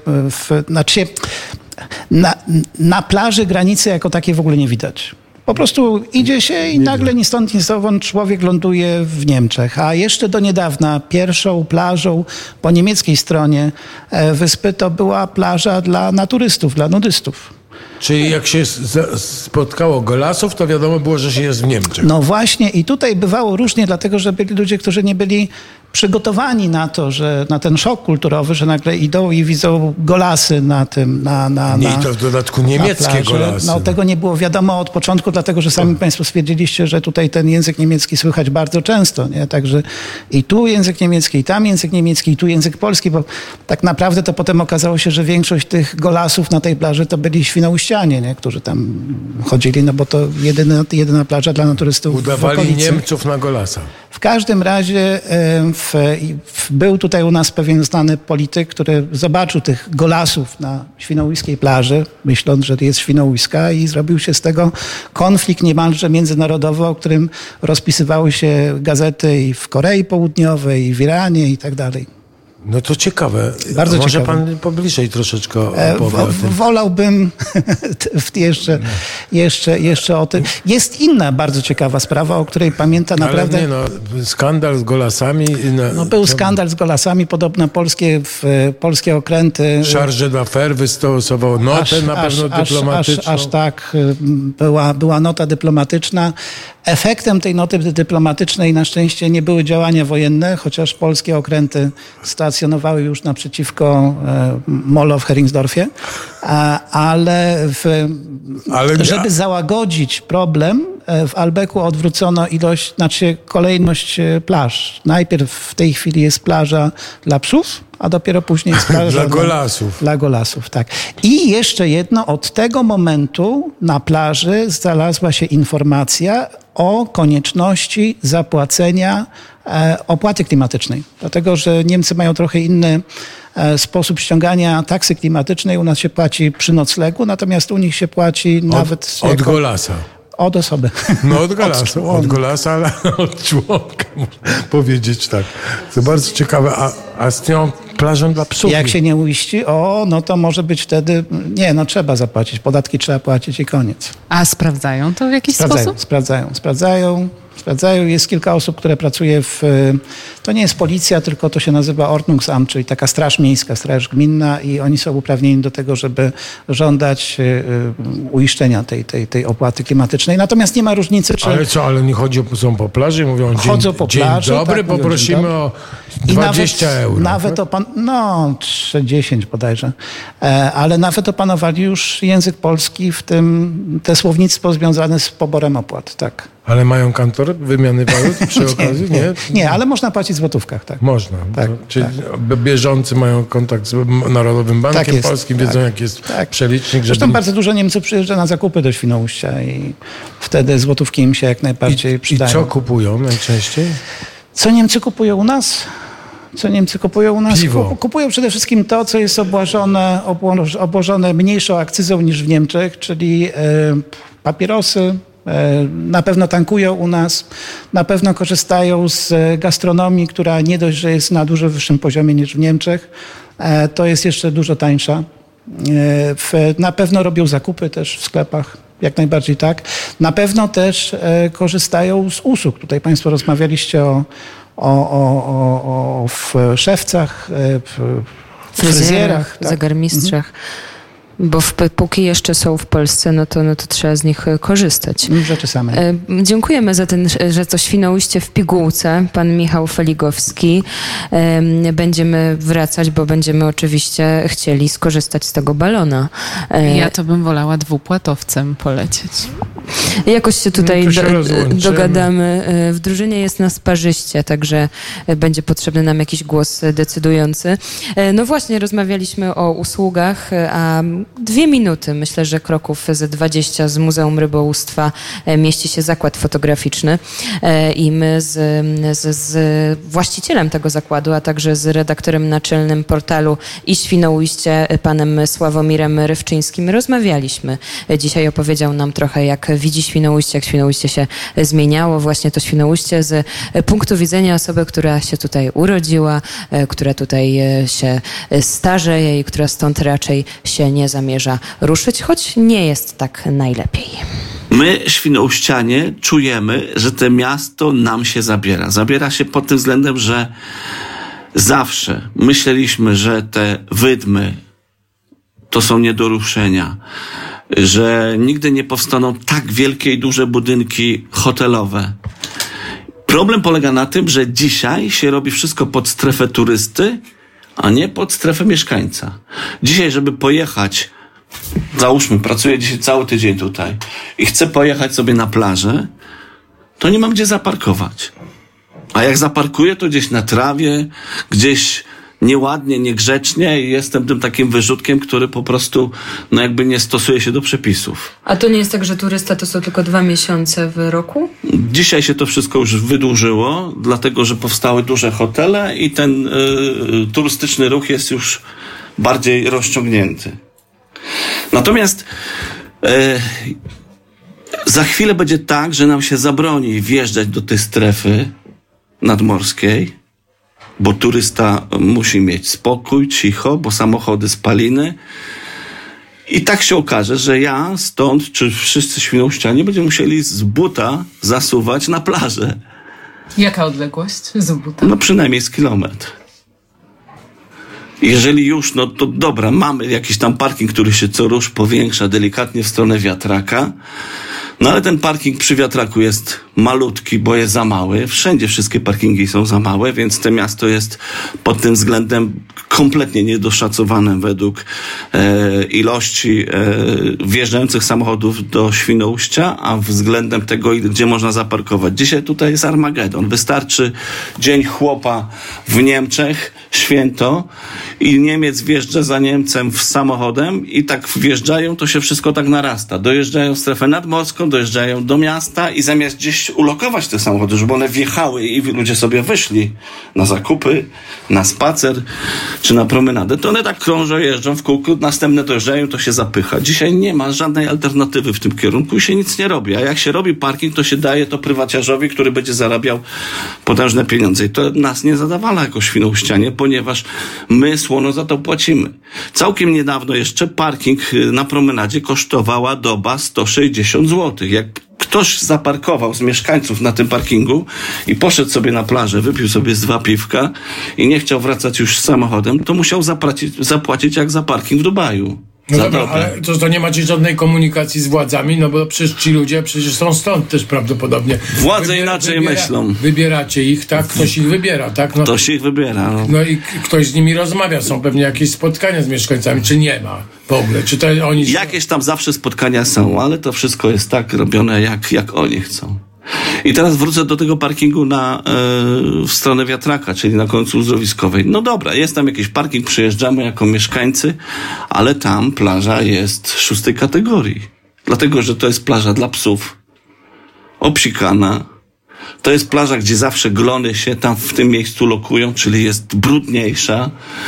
Speaker 9: na plaży granicy jako takiej w ogóle nie widać. Po prostu idzie się i nagle ni stąd, ni zowąd człowiek ląduje w Niemczech. A jeszcze do niedawna pierwszą plażą po niemieckiej stronie wyspy to była plaża dla naturystów, dla nudystów.
Speaker 3: Czyli jak się spotkało golasów, to wiadomo było, że się jest w Niemczech.
Speaker 9: No właśnie i tutaj bywało różnie, dlatego że byli ludzie, którzy nie byli przygotowani na to, że na ten szok kulturowy, że nagle idą i widzą golasy na tym,
Speaker 3: I to w dodatku niemieckie golasy.
Speaker 9: No tego nie było wiadomo od początku, dlatego że sami państwo stwierdziliście, że tutaj ten język niemiecki słychać bardzo często, nie? Także i tu język niemiecki, i tam język niemiecki, i tu język polski, bo tak naprawdę to potem okazało się, że większość tych golasów na tej plaży to byli Świnoujścianie, nie? Którzy tam chodzili, no bo to jedyna plaża dla naturystów.
Speaker 3: Udawali Niemców na golasa.
Speaker 9: W każdym razie był tutaj u nas pewien znany polityk, który zobaczył tych golasów na świnoujskiej plaży, myśląc, że jest świnoujska i zrobił się z tego konflikt niemalże międzynarodowy, o którym rozpisywały się gazety i w Korei Południowej, i w Iranie i tak dalej.
Speaker 3: No to ciekawe.
Speaker 9: Bardzo
Speaker 3: może
Speaker 9: ciekawe.
Speaker 3: Pan pobliżej troszeczkę opowie o tym.
Speaker 9: Wolałbym jeszcze o tym. Jest inna bardzo ciekawa sprawa, o której pamięta naprawdę...
Speaker 3: Ale skandal z golasami.
Speaker 9: Był skandal z golasami, podobno polskie okręty...
Speaker 3: Charge d'affaires wystosował notę na pewno dyplomatyczną.
Speaker 9: Aż tak, była nota dyplomatyczna. Efektem tej noty dyplomatycznej na szczęście nie były działania wojenne, chociaż polskie okręty stacjonowały już naprzeciwko molo w Heringsdorfie, żeby załagodzić problem, w Albeku odwrócono kolejność plaż. Najpierw w tej chwili jest plaża dla psów, a dopiero później jest plaża
Speaker 3: dla golasów.
Speaker 9: Dla golasów, tak. I jeszcze jedno, od tego momentu na plaży znalazła się informacja o konieczności zapłacenia opłaty klimatycznej. Dlatego, że Niemcy mają trochę inny sposób ściągania taksy klimatycznej. U nas się płaci przy noclegu, natomiast u nich się płaci nawet...
Speaker 3: Od golasa.
Speaker 9: Od osoby.
Speaker 3: No od golasa, ale od członka, można powiedzieć tak. To bardzo ciekawe. A z tą plażą dla psów?
Speaker 9: Jak się nie uiści, no to może być wtedy... Nie, trzeba zapłacić. Podatki trzeba płacić i koniec.
Speaker 2: A sprawdzają to w jakiś sposób?
Speaker 9: Sprawdzają. Jest kilka osób, które pracuje to nie jest policja, tylko to się nazywa Ordnungsamt, czyli taka straż miejska, straż gminna i oni są uprawnieni do tego, żeby żądać uiszczenia tej opłaty klimatycznej. Natomiast nie ma różnicy, czy...
Speaker 3: Ale oni są po plaży i mówią dzień dobry, poprosimy o 20 euro.
Speaker 9: Nawet 10 bodajże. Ale nawet opanowali już język polski, w tym te słownictwo związane z poborem opłat, tak.
Speaker 3: Ale mają kantor wymiany walut przy okazji?
Speaker 9: Nie, ale można płacić w złotówkach, tak.
Speaker 3: Można.
Speaker 9: Tak,
Speaker 3: czyli bieżący mają kontakt z Narodowym Bankiem Polskim, wiedzą jaki jest przelicznik.
Speaker 9: Zresztą bardzo dużo Niemców przyjeżdża na zakupy do Świnoujścia i wtedy złotówki im się jak najbardziej przydają.
Speaker 3: I co kupują najczęściej?
Speaker 9: Co Niemcy kupują u nas?
Speaker 3: Piwo.
Speaker 9: Kupują przede wszystkim to, co jest obłożone mniejszą akcyzą niż w Niemczech, czyli papierosy. Na pewno tankują u nas, na pewno korzystają z gastronomii, która nie dość, że jest na dużo wyższym poziomie niż w Niemczech, to jest jeszcze dużo tańsza. Na pewno robią zakupy też w sklepach, jak najbardziej tak. Na pewno też korzystają z usług. Tutaj państwo rozmawialiście o szewcach, fryzjerach, tak?
Speaker 5: Zegarmistrzach. Bo póki jeszcze są w Polsce, no to trzeba z nich korzystać.
Speaker 9: Rzeczy samej.
Speaker 5: Dziękujemy za to Świnoujście w pigułce. Pan Michał Feligowski. Będziemy wracać, bo będziemy oczywiście chcieli skorzystać z tego balona.
Speaker 2: Ja to bym wolała dwupłatowcem polecieć.
Speaker 5: Jakoś się tutaj dogadamy. W drużynie jest nas parzyście, także będzie potrzebny nam jakiś głos decydujący. No właśnie, rozmawialiśmy o usługach, a 2 minuty, myślę, że kroków z 20 z Muzeum Rybołówstwa mieści się zakład fotograficzny i my z właścicielem tego zakładu, a także z redaktorem naczelnym portalu i Świnoujście, panem Sławomirem Rywczyńskim rozmawialiśmy. Dzisiaj opowiedział nam trochę, jak widzi Świnoujście, jak Świnoujście się zmieniało. Właśnie to Świnoujście z punktu widzenia osoby, która się tutaj urodziła, która tutaj się starzeje i która stąd raczej się nie zamierza ruszyć, choć nie jest tak najlepiej.
Speaker 10: My, świnoujścianie, czujemy, że to miasto nam się zabiera. Zabiera się pod tym względem, że zawsze myśleliśmy, że te wydmy to są nie do ruszenia, że nigdy nie powstaną tak wielkie i duże budynki hotelowe. Problem polega na tym, że dzisiaj się robi wszystko pod strefę turysty, a nie pod strefę mieszkańca. Dzisiaj, żeby pojechać, załóżmy, pracuję dzisiaj cały tydzień tutaj i chcę pojechać sobie na plażę, to nie mam gdzie zaparkować. A jak zaparkuję, to gdzieś na trawie, gdzieś nieładnie, niegrzecznie i jestem tym takim wyrzutkiem, który po prostu jakby nie stosuje się do przepisów.
Speaker 5: A to nie jest tak, że turysta to są tylko 2 miesiące w roku?
Speaker 10: Dzisiaj się to wszystko już wydłużyło, dlatego że powstały duże hotele i ten turystyczny ruch jest już bardziej rozciągnięty. Natomiast za chwilę będzie tak, że nam się zabroni wjeżdżać do tej strefy nadmorskiej, bo turysta musi mieć spokój, cicho, bo samochody spaliny. I tak się okaże, że ja stąd, czy wszyscy świnoujścianie będziemy musieli z buta zasuwać na plażę.
Speaker 2: Jaka odległość z buta?
Speaker 10: No przynajmniej z kilometr. Jeżeli już, no to dobra, mamy jakiś tam parking, który się co rusz powiększa delikatnie w stronę wiatraka, no ale ten parking przy wiatraku jest malutki, bo jest za mały. Wszędzie wszystkie parkingi są za małe, więc to miasto jest pod tym względem kompletnie niedoszacowane według ilości wjeżdżających samochodów do Świnoujścia, a względem tego, gdzie można zaparkować. Dzisiaj tutaj jest Armagedon. Wystarczy dzień chłopa w Niemczech, święto, i Niemiec wjeżdża za Niemcem samochodem i tak wjeżdżają, to się wszystko tak narasta. Dojeżdżają w strefę nadmorską, dojeżdżają do miasta i zamiast gdzieś ulokować te samochody, żeby one wjechały i ludzie sobie wyszli na zakupy, na spacer czy na promenadę, to one tak krążą, jeżdżą w kółku, następne dojeżdżają, to się zapycha. Dzisiaj nie ma żadnej alternatywy w tym kierunku i się nic nie robi. A jak się robi parking, to się daje to prywaciarzowi, który będzie zarabiał potężne pieniądze. I to nas nie zadawala jako świnoujścianie, ponieważ my słono za to płacimy. Całkiem niedawno jeszcze parking na promenadzie kosztowała doba 160 zł. Jak ktoś zaparkował z mieszkańców na tym parkingu i poszedł sobie na plażę, wypił sobie 2 piwka i nie chciał wracać już z samochodem, to musiał zapłacić jak za parking w Dubaju.
Speaker 3: No dobra, ale to nie macie żadnej komunikacji z władzami, no bo przecież ci ludzie są stąd też prawdopodobnie.
Speaker 10: Władze inaczej myślą.
Speaker 3: Wybieracie ich, tak? Ktoś ich wybiera, tak? No,
Speaker 10: ktoś ich wybiera.
Speaker 3: No i ktoś z nimi rozmawia, są pewnie jakieś spotkania z mieszkańcami, czy nie ma w ogóle? Czy to oni...
Speaker 10: Jakieś tam zawsze spotkania są, ale to wszystko jest tak robione, jak oni chcą. I teraz wrócę do tego parkingu w stronę wiatraka, czyli na końcu uzdrowiskowej. No dobra, jest tam jakiś parking, przyjeżdżamy jako mieszkańcy, ale tam plaża jest 6. kategorii. Dlatego, że to jest plaża dla psów, obsikana. To jest plaża, gdzie zawsze glony się tam w tym miejscu lokują, czyli jest brudniejsza.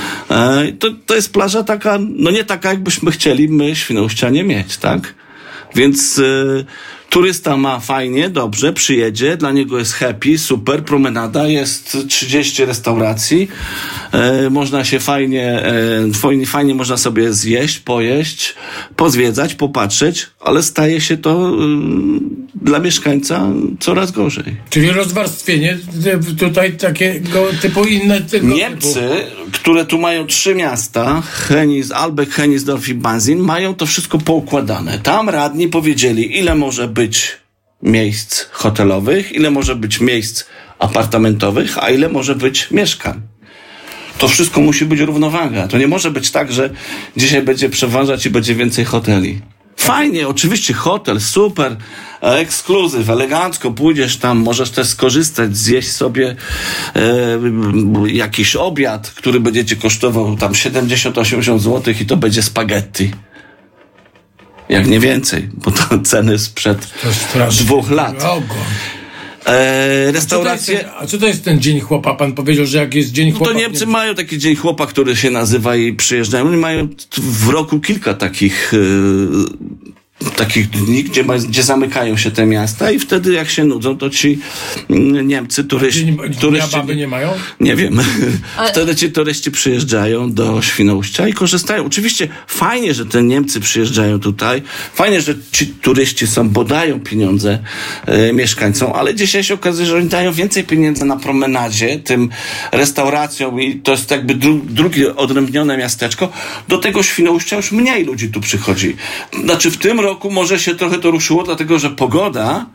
Speaker 10: To jest plaża taka, no nie taka, jakbyśmy chcieli my, świnoujścianie, mieć, tak? Więc Turysta ma fajnie, dobrze, przyjedzie, dla niego jest happy, super, promenada, jest 30 restauracji, można się fajnie można sobie zjeść, pojeść, pozwiedzać, popatrzeć, ale staje się to dla mieszkańca coraz gorzej.
Speaker 3: Czyli rozwarstwienie tutaj takiego typu inne...
Speaker 10: Niemcy, które tu mają 3 miasta, Albeck, Hennigsdorf i Banzin, mają to wszystko poukładane. Tam radni powiedzieli, ile może być miejsc hotelowych, ile może być miejsc apartamentowych, a ile może być mieszkań. To wszystko musi być równowaga. To nie może być tak, że dzisiaj będzie przeważać i będzie więcej hoteli. Fajnie, oczywiście hotel, super, ekskluzyw, elegancko, pójdziesz tam, możesz też skorzystać, zjeść sobie jakiś obiad, który będzie ci kosztował tam 70-80 zł i to będzie spaghetti. Jak nie więcej, bo to ceny sprzed 2 lat. Restauracje...
Speaker 3: A co to jest ten Dzień Chłopa? Pan powiedział, że jak jest Dzień Chłopa...
Speaker 10: To Niemcy mają taki Dzień Chłopa, który się nazywa i przyjeżdżają. Oni mają w roku kilka takich dni, gdzie zamykają się te miasta i wtedy jak się nudzą, to ci Niemcy, turyści...
Speaker 3: baby nie mają?
Speaker 10: Nie wiem. Wtedy ci turyści przyjeżdżają do Świnoujścia i korzystają. Oczywiście fajnie, że te Niemcy przyjeżdżają tutaj. Fajnie, że ci turyści bo dają pieniądze mieszkańcom, ale dzisiaj się okazuje, że oni dają więcej pieniędzy na promenadzie, tym restauracjom i to jest jakby drugie odrębnione miasteczko. Do tego Świnoujścia już mniej ludzi tu przychodzi. Znaczy w tym roku może się trochę to ruszyło, dlatego że pogoda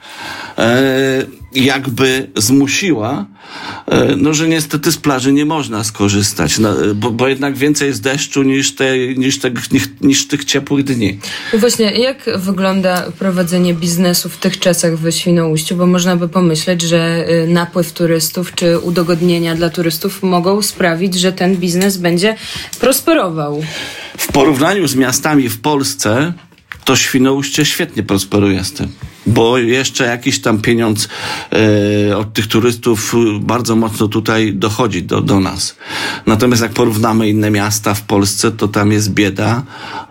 Speaker 10: jakby zmusiła, że niestety z plaży nie można skorzystać, bo jednak więcej jest deszczu niż tych ciepłych dni.
Speaker 5: Właśnie, jak wygląda prowadzenie biznesu w tych czasach w Świnoujściu? Bo można by pomyśleć, że napływ turystów czy udogodnienia dla turystów mogą sprawić, że ten biznes będzie prosperował.
Speaker 10: W porównaniu z miastami w Polsce to Świnoujście świetnie prosperuje z tym, bo jeszcze jakiś tam pieniądz od tych turystów bardzo mocno tutaj dochodzi do nas. Natomiast jak porównamy inne miasta w Polsce, to tam jest bieda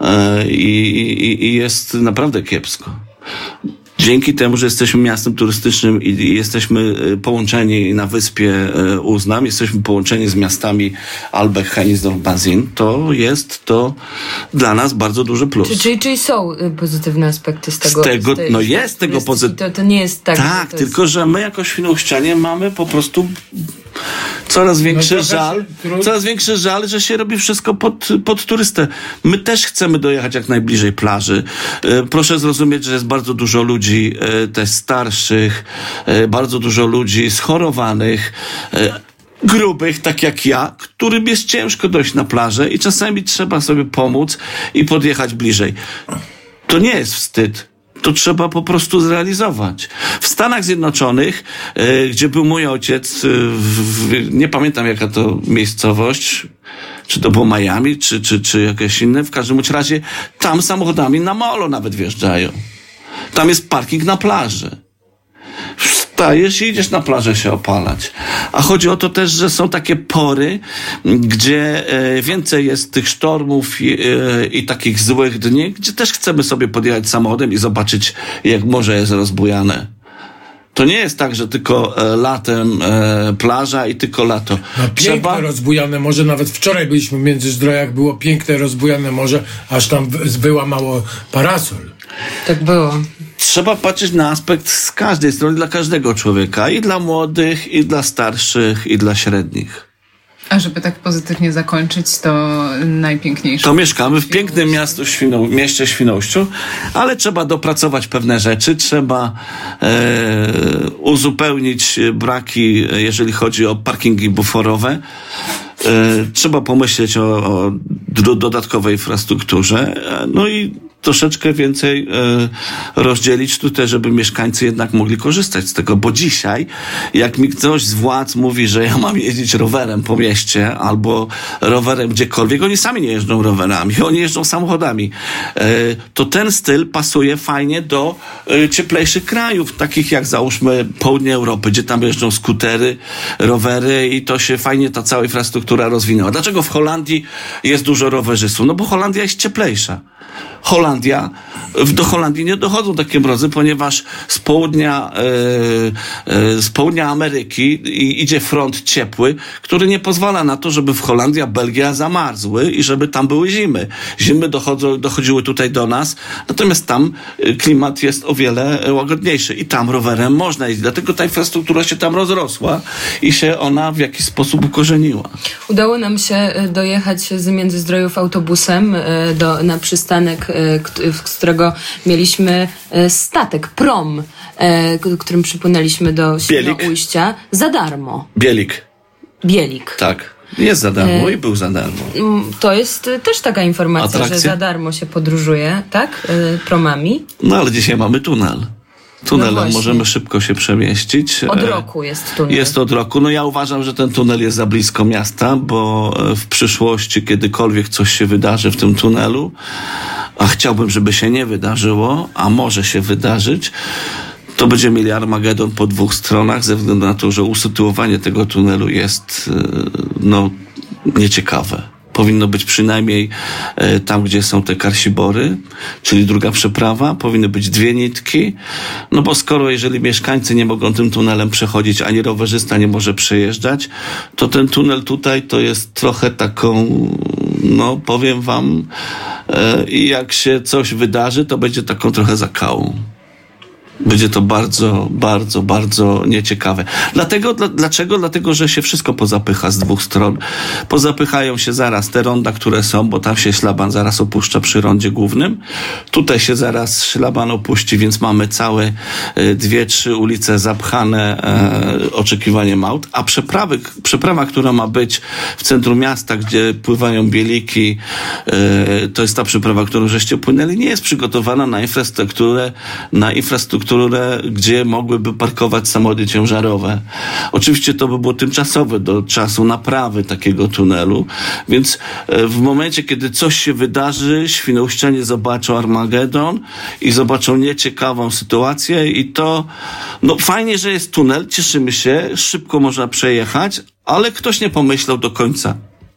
Speaker 10: i jest naprawdę kiepsko. Dzięki temu, że jesteśmy miastem turystycznym i jesteśmy połączeni na wyspie Uznam, jesteśmy połączeni z miastami Albeck, Hennigsdorf, Banzin, to jest to dla nas bardzo duży plus.
Speaker 5: Czyli są pozytywne aspekty z tego?
Speaker 10: Jest tego pozytywne.
Speaker 5: To nie jest tak.
Speaker 10: Tak, tylko że my jako Świnoujścianie mamy po prostu coraz większy żal, że się robi wszystko pod turystę. My też chcemy dojechać jak najbliżej plaży. Proszę zrozumieć, że jest bardzo dużo ludzi też starszych, bardzo dużo ludzi schorowanych, grubych, tak jak ja, którym jest ciężko dojść na plażę i czasami trzeba sobie pomóc i podjechać bliżej. To nie jest wstyd. To trzeba po prostu zrealizować. W Stanach Zjednoczonych, gdzie był mój ojciec, nie pamiętam jaka to miejscowość, czy to było Miami, czy jakieś inne, w każdym razie tam samochodami na molo nawet wjeżdżają. Tam jest parking na plaży. Wstajesz i idziesz na plażę się opalać. A chodzi o to też, że są takie pory, gdzie więcej jest tych sztormów i takich złych dni, gdzie też chcemy sobie podjechać samochodem i zobaczyć, jak morze jest rozbujane. To nie jest tak, że tylko latem plaża i tylko lato.
Speaker 3: Piękne rozbujane morze, nawet wczoraj byliśmy w Międzyzdrojach, było piękne rozbujane morze, aż tam wyłamało parasol.
Speaker 5: Tak było.
Speaker 10: Trzeba patrzeć na aspekt z każdej strony, dla każdego człowieka, i dla młodych, i dla starszych, i dla średnich.
Speaker 2: A żeby tak pozytywnie zakończyć, to najpiękniejsze.
Speaker 10: To mieszkamy w pięknym mieście Świnoujściu, ale trzeba dopracować pewne rzeczy, trzeba uzupełnić braki, jeżeli chodzi o parkingi buforowe. Trzeba pomyśleć o dodatkowej infrastrukturze, no i troszeczkę więcej rozdzielić tutaj, żeby mieszkańcy jednak mogli korzystać z tego, bo dzisiaj, jak mi ktoś z władz mówi, że ja mam jeździć rowerem po mieście albo rowerem gdziekolwiek, oni sami nie jeżdżą rowerami, oni jeżdżą samochodami, to ten styl pasuje fajnie do cieplejszych krajów, takich jak załóżmy południe Europy, gdzie tam jeżdżą skutery, rowery i to się fajnie ta cała infrastruktura rozwinęła. Dlaczego w Holandii jest dużo rowerzystów? No bo Holandia jest cieplejsza. Holandia do Holandii nie dochodzą takie mrozy, ponieważ z południa Ameryki idzie front ciepły, który nie pozwala na to, żeby Holandia, Belgia zamarzły i żeby tam były zimy. Zimy dochodziły tutaj do nas, natomiast tam klimat jest o wiele łagodniejszy i tam rowerem można jeździć. Dlatego ta infrastruktura się tam rozrosła i się ona w jakiś sposób ukorzeniła.
Speaker 5: Udało nam się dojechać z Międzyzdrojów autobusem na przystanek, z którego mieliśmy statek, prom, którym przypłynęliśmy do Świnoujścia za darmo. Bielik.
Speaker 10: Tak. Jest za darmo i był za darmo.
Speaker 5: To jest też taka informacja, że za darmo się podróżuje, tak? Promami.
Speaker 10: No ale dzisiaj mamy tunel. Tunelem możemy szybko się przemieścić.
Speaker 5: Od roku jest tunel.
Speaker 10: Jest od roku. No ja uważam, że ten tunel jest za blisko miasta, bo w przyszłości kiedykolwiek coś się wydarzy w tym tunelu, a chciałbym, żeby się nie wydarzyło, a może się wydarzyć, to będziemy mieli Armagedon po dwóch stronach, ze względu na to, że usytuowanie tego tunelu jest nieciekawe. Powinno być przynajmniej tam, gdzie są te karsibory, czyli druga przeprawa, powinny być 2 nitki, no bo jeżeli mieszkańcy nie mogą tym tunelem przechodzić, ani rowerzysta nie może przejeżdżać, to ten tunel tutaj to jest trochę taką, powiem wam, jak się coś wydarzy, to będzie taką trochę zakałą. Będzie to bardzo, bardzo, bardzo nieciekawe. Dlaczego? Dlatego, że się wszystko pozapycha z dwóch stron. Pozapychają się zaraz te ronda, które są, bo tam się szlaban zaraz opuszcza przy rondzie głównym. Tutaj się zaraz szlaban opuści, więc mamy całe 2-3 ulice zapchane oczekiwaniem aut. A przeprawa, która ma być w centrum miasta, gdzie pływają bieliki, to jest ta przeprawa, którą żeście płynęli, nie jest przygotowana na infrastrukturę, gdzie mogłyby parkować samochody ciężarowe. Oczywiście to by było tymczasowe do czasu naprawy takiego tunelu, więc w momencie, kiedy coś się wydarzy, świnoujścianie zobaczą Armagedon i zobaczą nieciekawą sytuację i to, fajnie, że jest tunel, cieszymy się, szybko można przejechać, ale ktoś nie pomyślał do końca.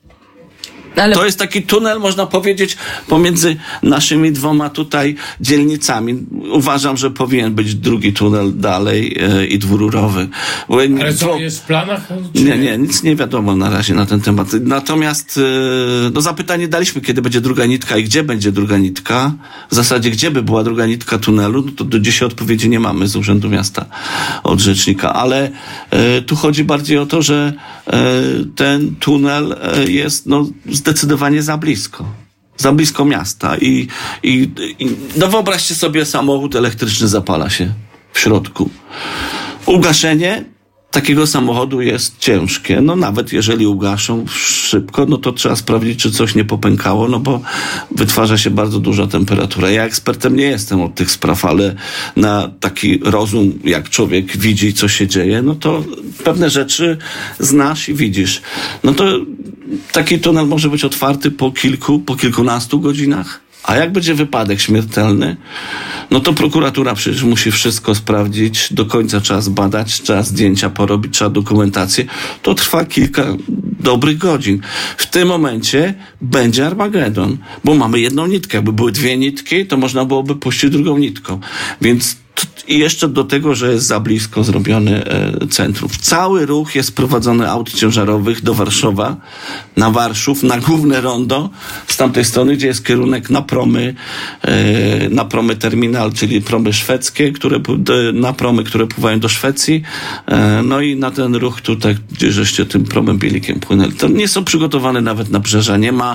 Speaker 10: To jest taki tunel, można powiedzieć, pomiędzy naszymi 2 tutaj dzielnicami. Uważam, że powinien być drugi tunel dalej i dwururowy.
Speaker 3: Ale co jest w planach?
Speaker 10: Nie, nic nie wiadomo na razie na ten temat. Natomiast zapytanie daliśmy, kiedy będzie druga nitka i gdzie będzie druga nitka. W zasadzie, gdzie by była druga nitka tunelu, to do dzisiaj odpowiedzi nie mamy z Urzędu Miasta od rzecznika. Ale tu chodzi bardziej o to, że ten tunel jest zdecydowanie za blisko miasta i wyobraźcie sobie, samochód elektryczny zapala się w środku. Ugaszenie takiego samochodu jest ciężkie. Nawet jeżeli ugaszą szybko, to trzeba sprawdzić, czy coś nie popękało, bo wytwarza się bardzo duża temperatura. Ja ekspertem nie jestem od tych spraw, ale na taki rozum, jak człowiek widzi, co się dzieje, to pewne rzeczy znasz i widzisz. To taki tunel może być otwarty po kilkunastu godzinach. A jak będzie wypadek śmiertelny, to prokuratura przecież musi wszystko sprawdzić, do końca trzeba zbadać, trzeba zdjęcia porobić, trzeba dokumentację. To trwa kilka dobrych godzin. W tym momencie będzie Armagedon, bo mamy 1 nitkę. Jakby były 2 nitki, to można byłoby puścić drugą nitką. Więc i jeszcze do tego, że jest za blisko zrobiony centrum. Cały ruch jest prowadzony aut ciężarowych do Warszawa, na Warszów, na główne rondo, z tamtej strony, gdzie jest kierunek na promy terminal, czyli promy szwedzkie, na promy, które pływają do Szwecji, i na ten ruch tutaj, gdzie żeście tym promem bielikiem płynęli. To nie są przygotowane nawet nabrzeża, nie ma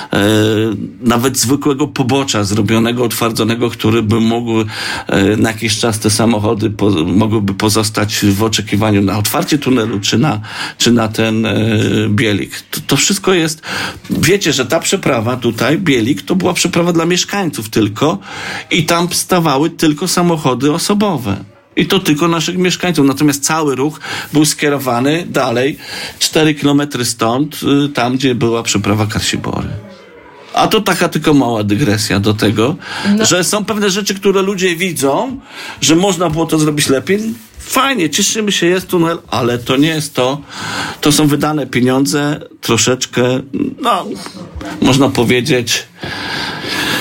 Speaker 10: nawet zwykłego pobocza zrobionego, utwardzonego, który by mógł na jakiś czas te samochody mogłyby pozostać w oczekiwaniu na otwarcie tunelu, czy na ten bielik. To wszystko jest... Wiecie, że ta przeprawa tutaj, bielik, to była przeprawa dla mieszkańców tylko i tam stawały tylko samochody osobowe. I to tylko naszych mieszkańców. Natomiast cały ruch był skierowany dalej 4 kilometry stąd, tam gdzie była przeprawa Karsibory. A to taka tylko mała dygresja do tego, że są pewne rzeczy, które ludzie widzą, że można było to zrobić lepiej. Fajnie, cieszymy się, jest tunel, ale to nie jest to. To są wydane pieniądze, troszeczkę, można powiedzieć,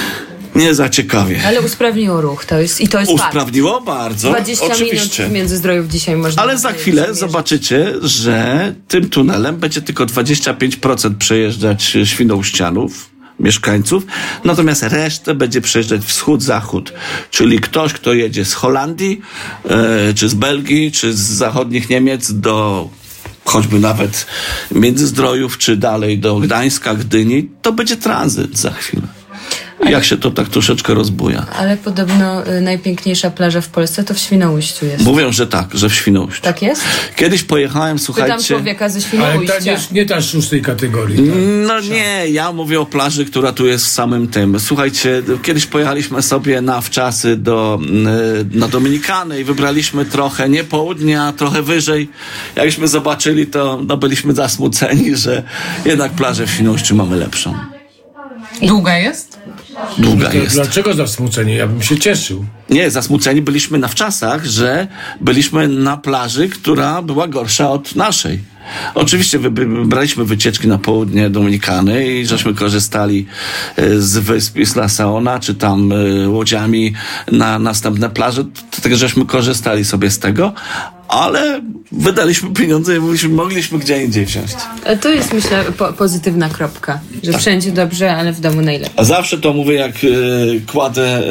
Speaker 10: Nie za ciekawie.
Speaker 5: Ale usprawniło ruch, to jest
Speaker 10: Usprawniło
Speaker 5: fakt.
Speaker 10: bardzo,
Speaker 5: 20
Speaker 10: oczywiście.
Speaker 5: minut Międzyzdrojów dzisiaj można...
Speaker 10: Ale za chwilę zobaczycie, że tym tunelem będzie tylko 25% przejeżdżać świnoujścianów, mieszkańców, natomiast resztę będzie przejeżdżać wschód-zachód, czyli ktoś, kto jedzie z Holandii, czy z Belgii, czy z zachodnich Niemiec do choćby nawet Międzyzdrojów, czy dalej do Gdańska, Gdyni, to będzie tranzyt za chwilę. Jak się to tak troszeczkę rozbuja.
Speaker 5: Ale podobno najpiękniejsza plaża w Polsce to w Świnoujściu jest.
Speaker 10: Mówią, że tak, że w Świnoujściu.
Speaker 5: Tak jest?
Speaker 10: Kiedyś pojechałem, słuchajcie...
Speaker 5: Pytam człowieka ze Świnoujścia.
Speaker 3: Ale nie ta 6. kategorii. Tak?
Speaker 10: No nie, ja mówię o plaży, która tu jest w samym tym. Słuchajcie, kiedyś pojechaliśmy sobie na wczasy na Dominikanę i wybraliśmy trochę, nie południa, a trochę wyżej. Jakśmy zobaczyli, to byliśmy zasmuceni, że jednak plażę w Świnoujściu mamy lepszą.
Speaker 2: Długa jest?
Speaker 10: Długa jest.
Speaker 3: Dlaczego zasmuceni? Ja bym się cieszył.
Speaker 10: Nie, zasmuceni byliśmy na wczasach, że byliśmy na plaży, która była gorsza od naszej. Oczywiście wybraliśmy wycieczki na południe Dominikany i żeśmy korzystali z wysp Isla Saona, czy tam łodziami na następne plaże, tak żeśmy korzystali sobie z tego, ale wydaliśmy pieniądze i mogliśmy gdzie indziej wziąć.
Speaker 5: To jest, myślę, pozytywna kropka, że
Speaker 10: tak.
Speaker 5: Wszędzie dobrze, ale w domu najlepiej.
Speaker 10: A zawsze to mówię, jak kładę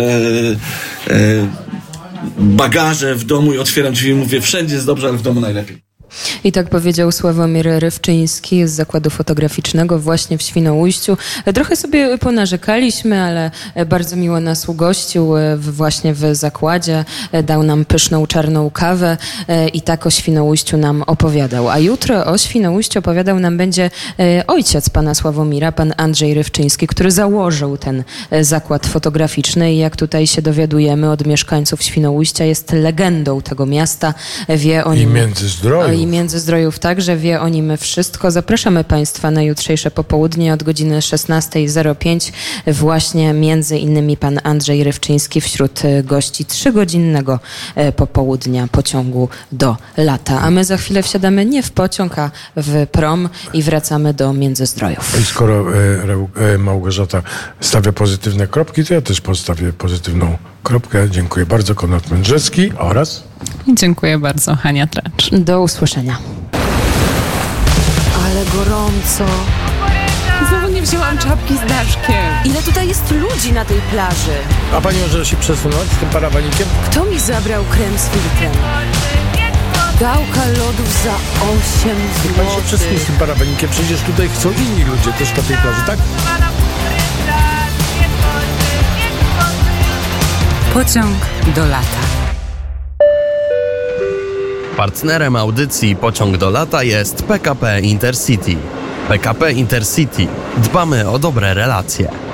Speaker 10: bagaże w domu i otwieram drzwi i mówię, wszędzie jest dobrze, ale w domu najlepiej.
Speaker 5: I tak powiedział Sławomir Rywczyński z Zakładu Fotograficznego właśnie w Świnoujściu. Trochę sobie ponarzekaliśmy, ale bardzo miło nas ugościł właśnie w zakładzie. Dał nam pyszną czarną kawę i tak o Świnoujściu nam opowiadał. A jutro o Świnoujściu opowiadał nam będzie ojciec pana Sławomira, pan Andrzej Rywczyński, który założył ten zakład fotograficzny i jak tutaj się dowiadujemy od mieszkańców Świnoujścia, jest legendą tego miasta. Wie o nim... I Międzyzdrojów także, wie o nim wszystko. Zapraszamy Państwa na jutrzejsze popołudnie od godziny 16:05. Właśnie między innymi pan Andrzej Rywczyński wśród gości 3-godzinnego popołudnia pociągu do Lata. A my za chwilę wsiadamy nie w pociąg, a w prom i wracamy do Międzyzdrojów.
Speaker 3: I skoro Małgorzata stawia pozytywne kropki, to ja też postawię pozytywną kropkę. Dziękuję bardzo. Konrad Mędrzecki oraz...
Speaker 2: Dziękuję bardzo, Hania Tracz.
Speaker 5: Do usłyszenia.
Speaker 1: Ale gorąco.
Speaker 2: Znowu nie wzięłam czapki z daszkiem.
Speaker 1: Ile tutaj jest ludzi na tej plaży?
Speaker 3: A pani może się przesunąć z tym parawanikiem?
Speaker 1: Kto mi zabrał krem z filtrem? Gałka lodów za 8 zł.
Speaker 3: Pani się przesunie z tym parawanikiem. Przecież tutaj chcą inni ludzie też na tej plaży, tak?
Speaker 1: Pociąg do Lata.
Speaker 4: Partnerem audycji Pociąg do Lata jest PKP Intercity. PKP Intercity. Dbamy o dobre relacje.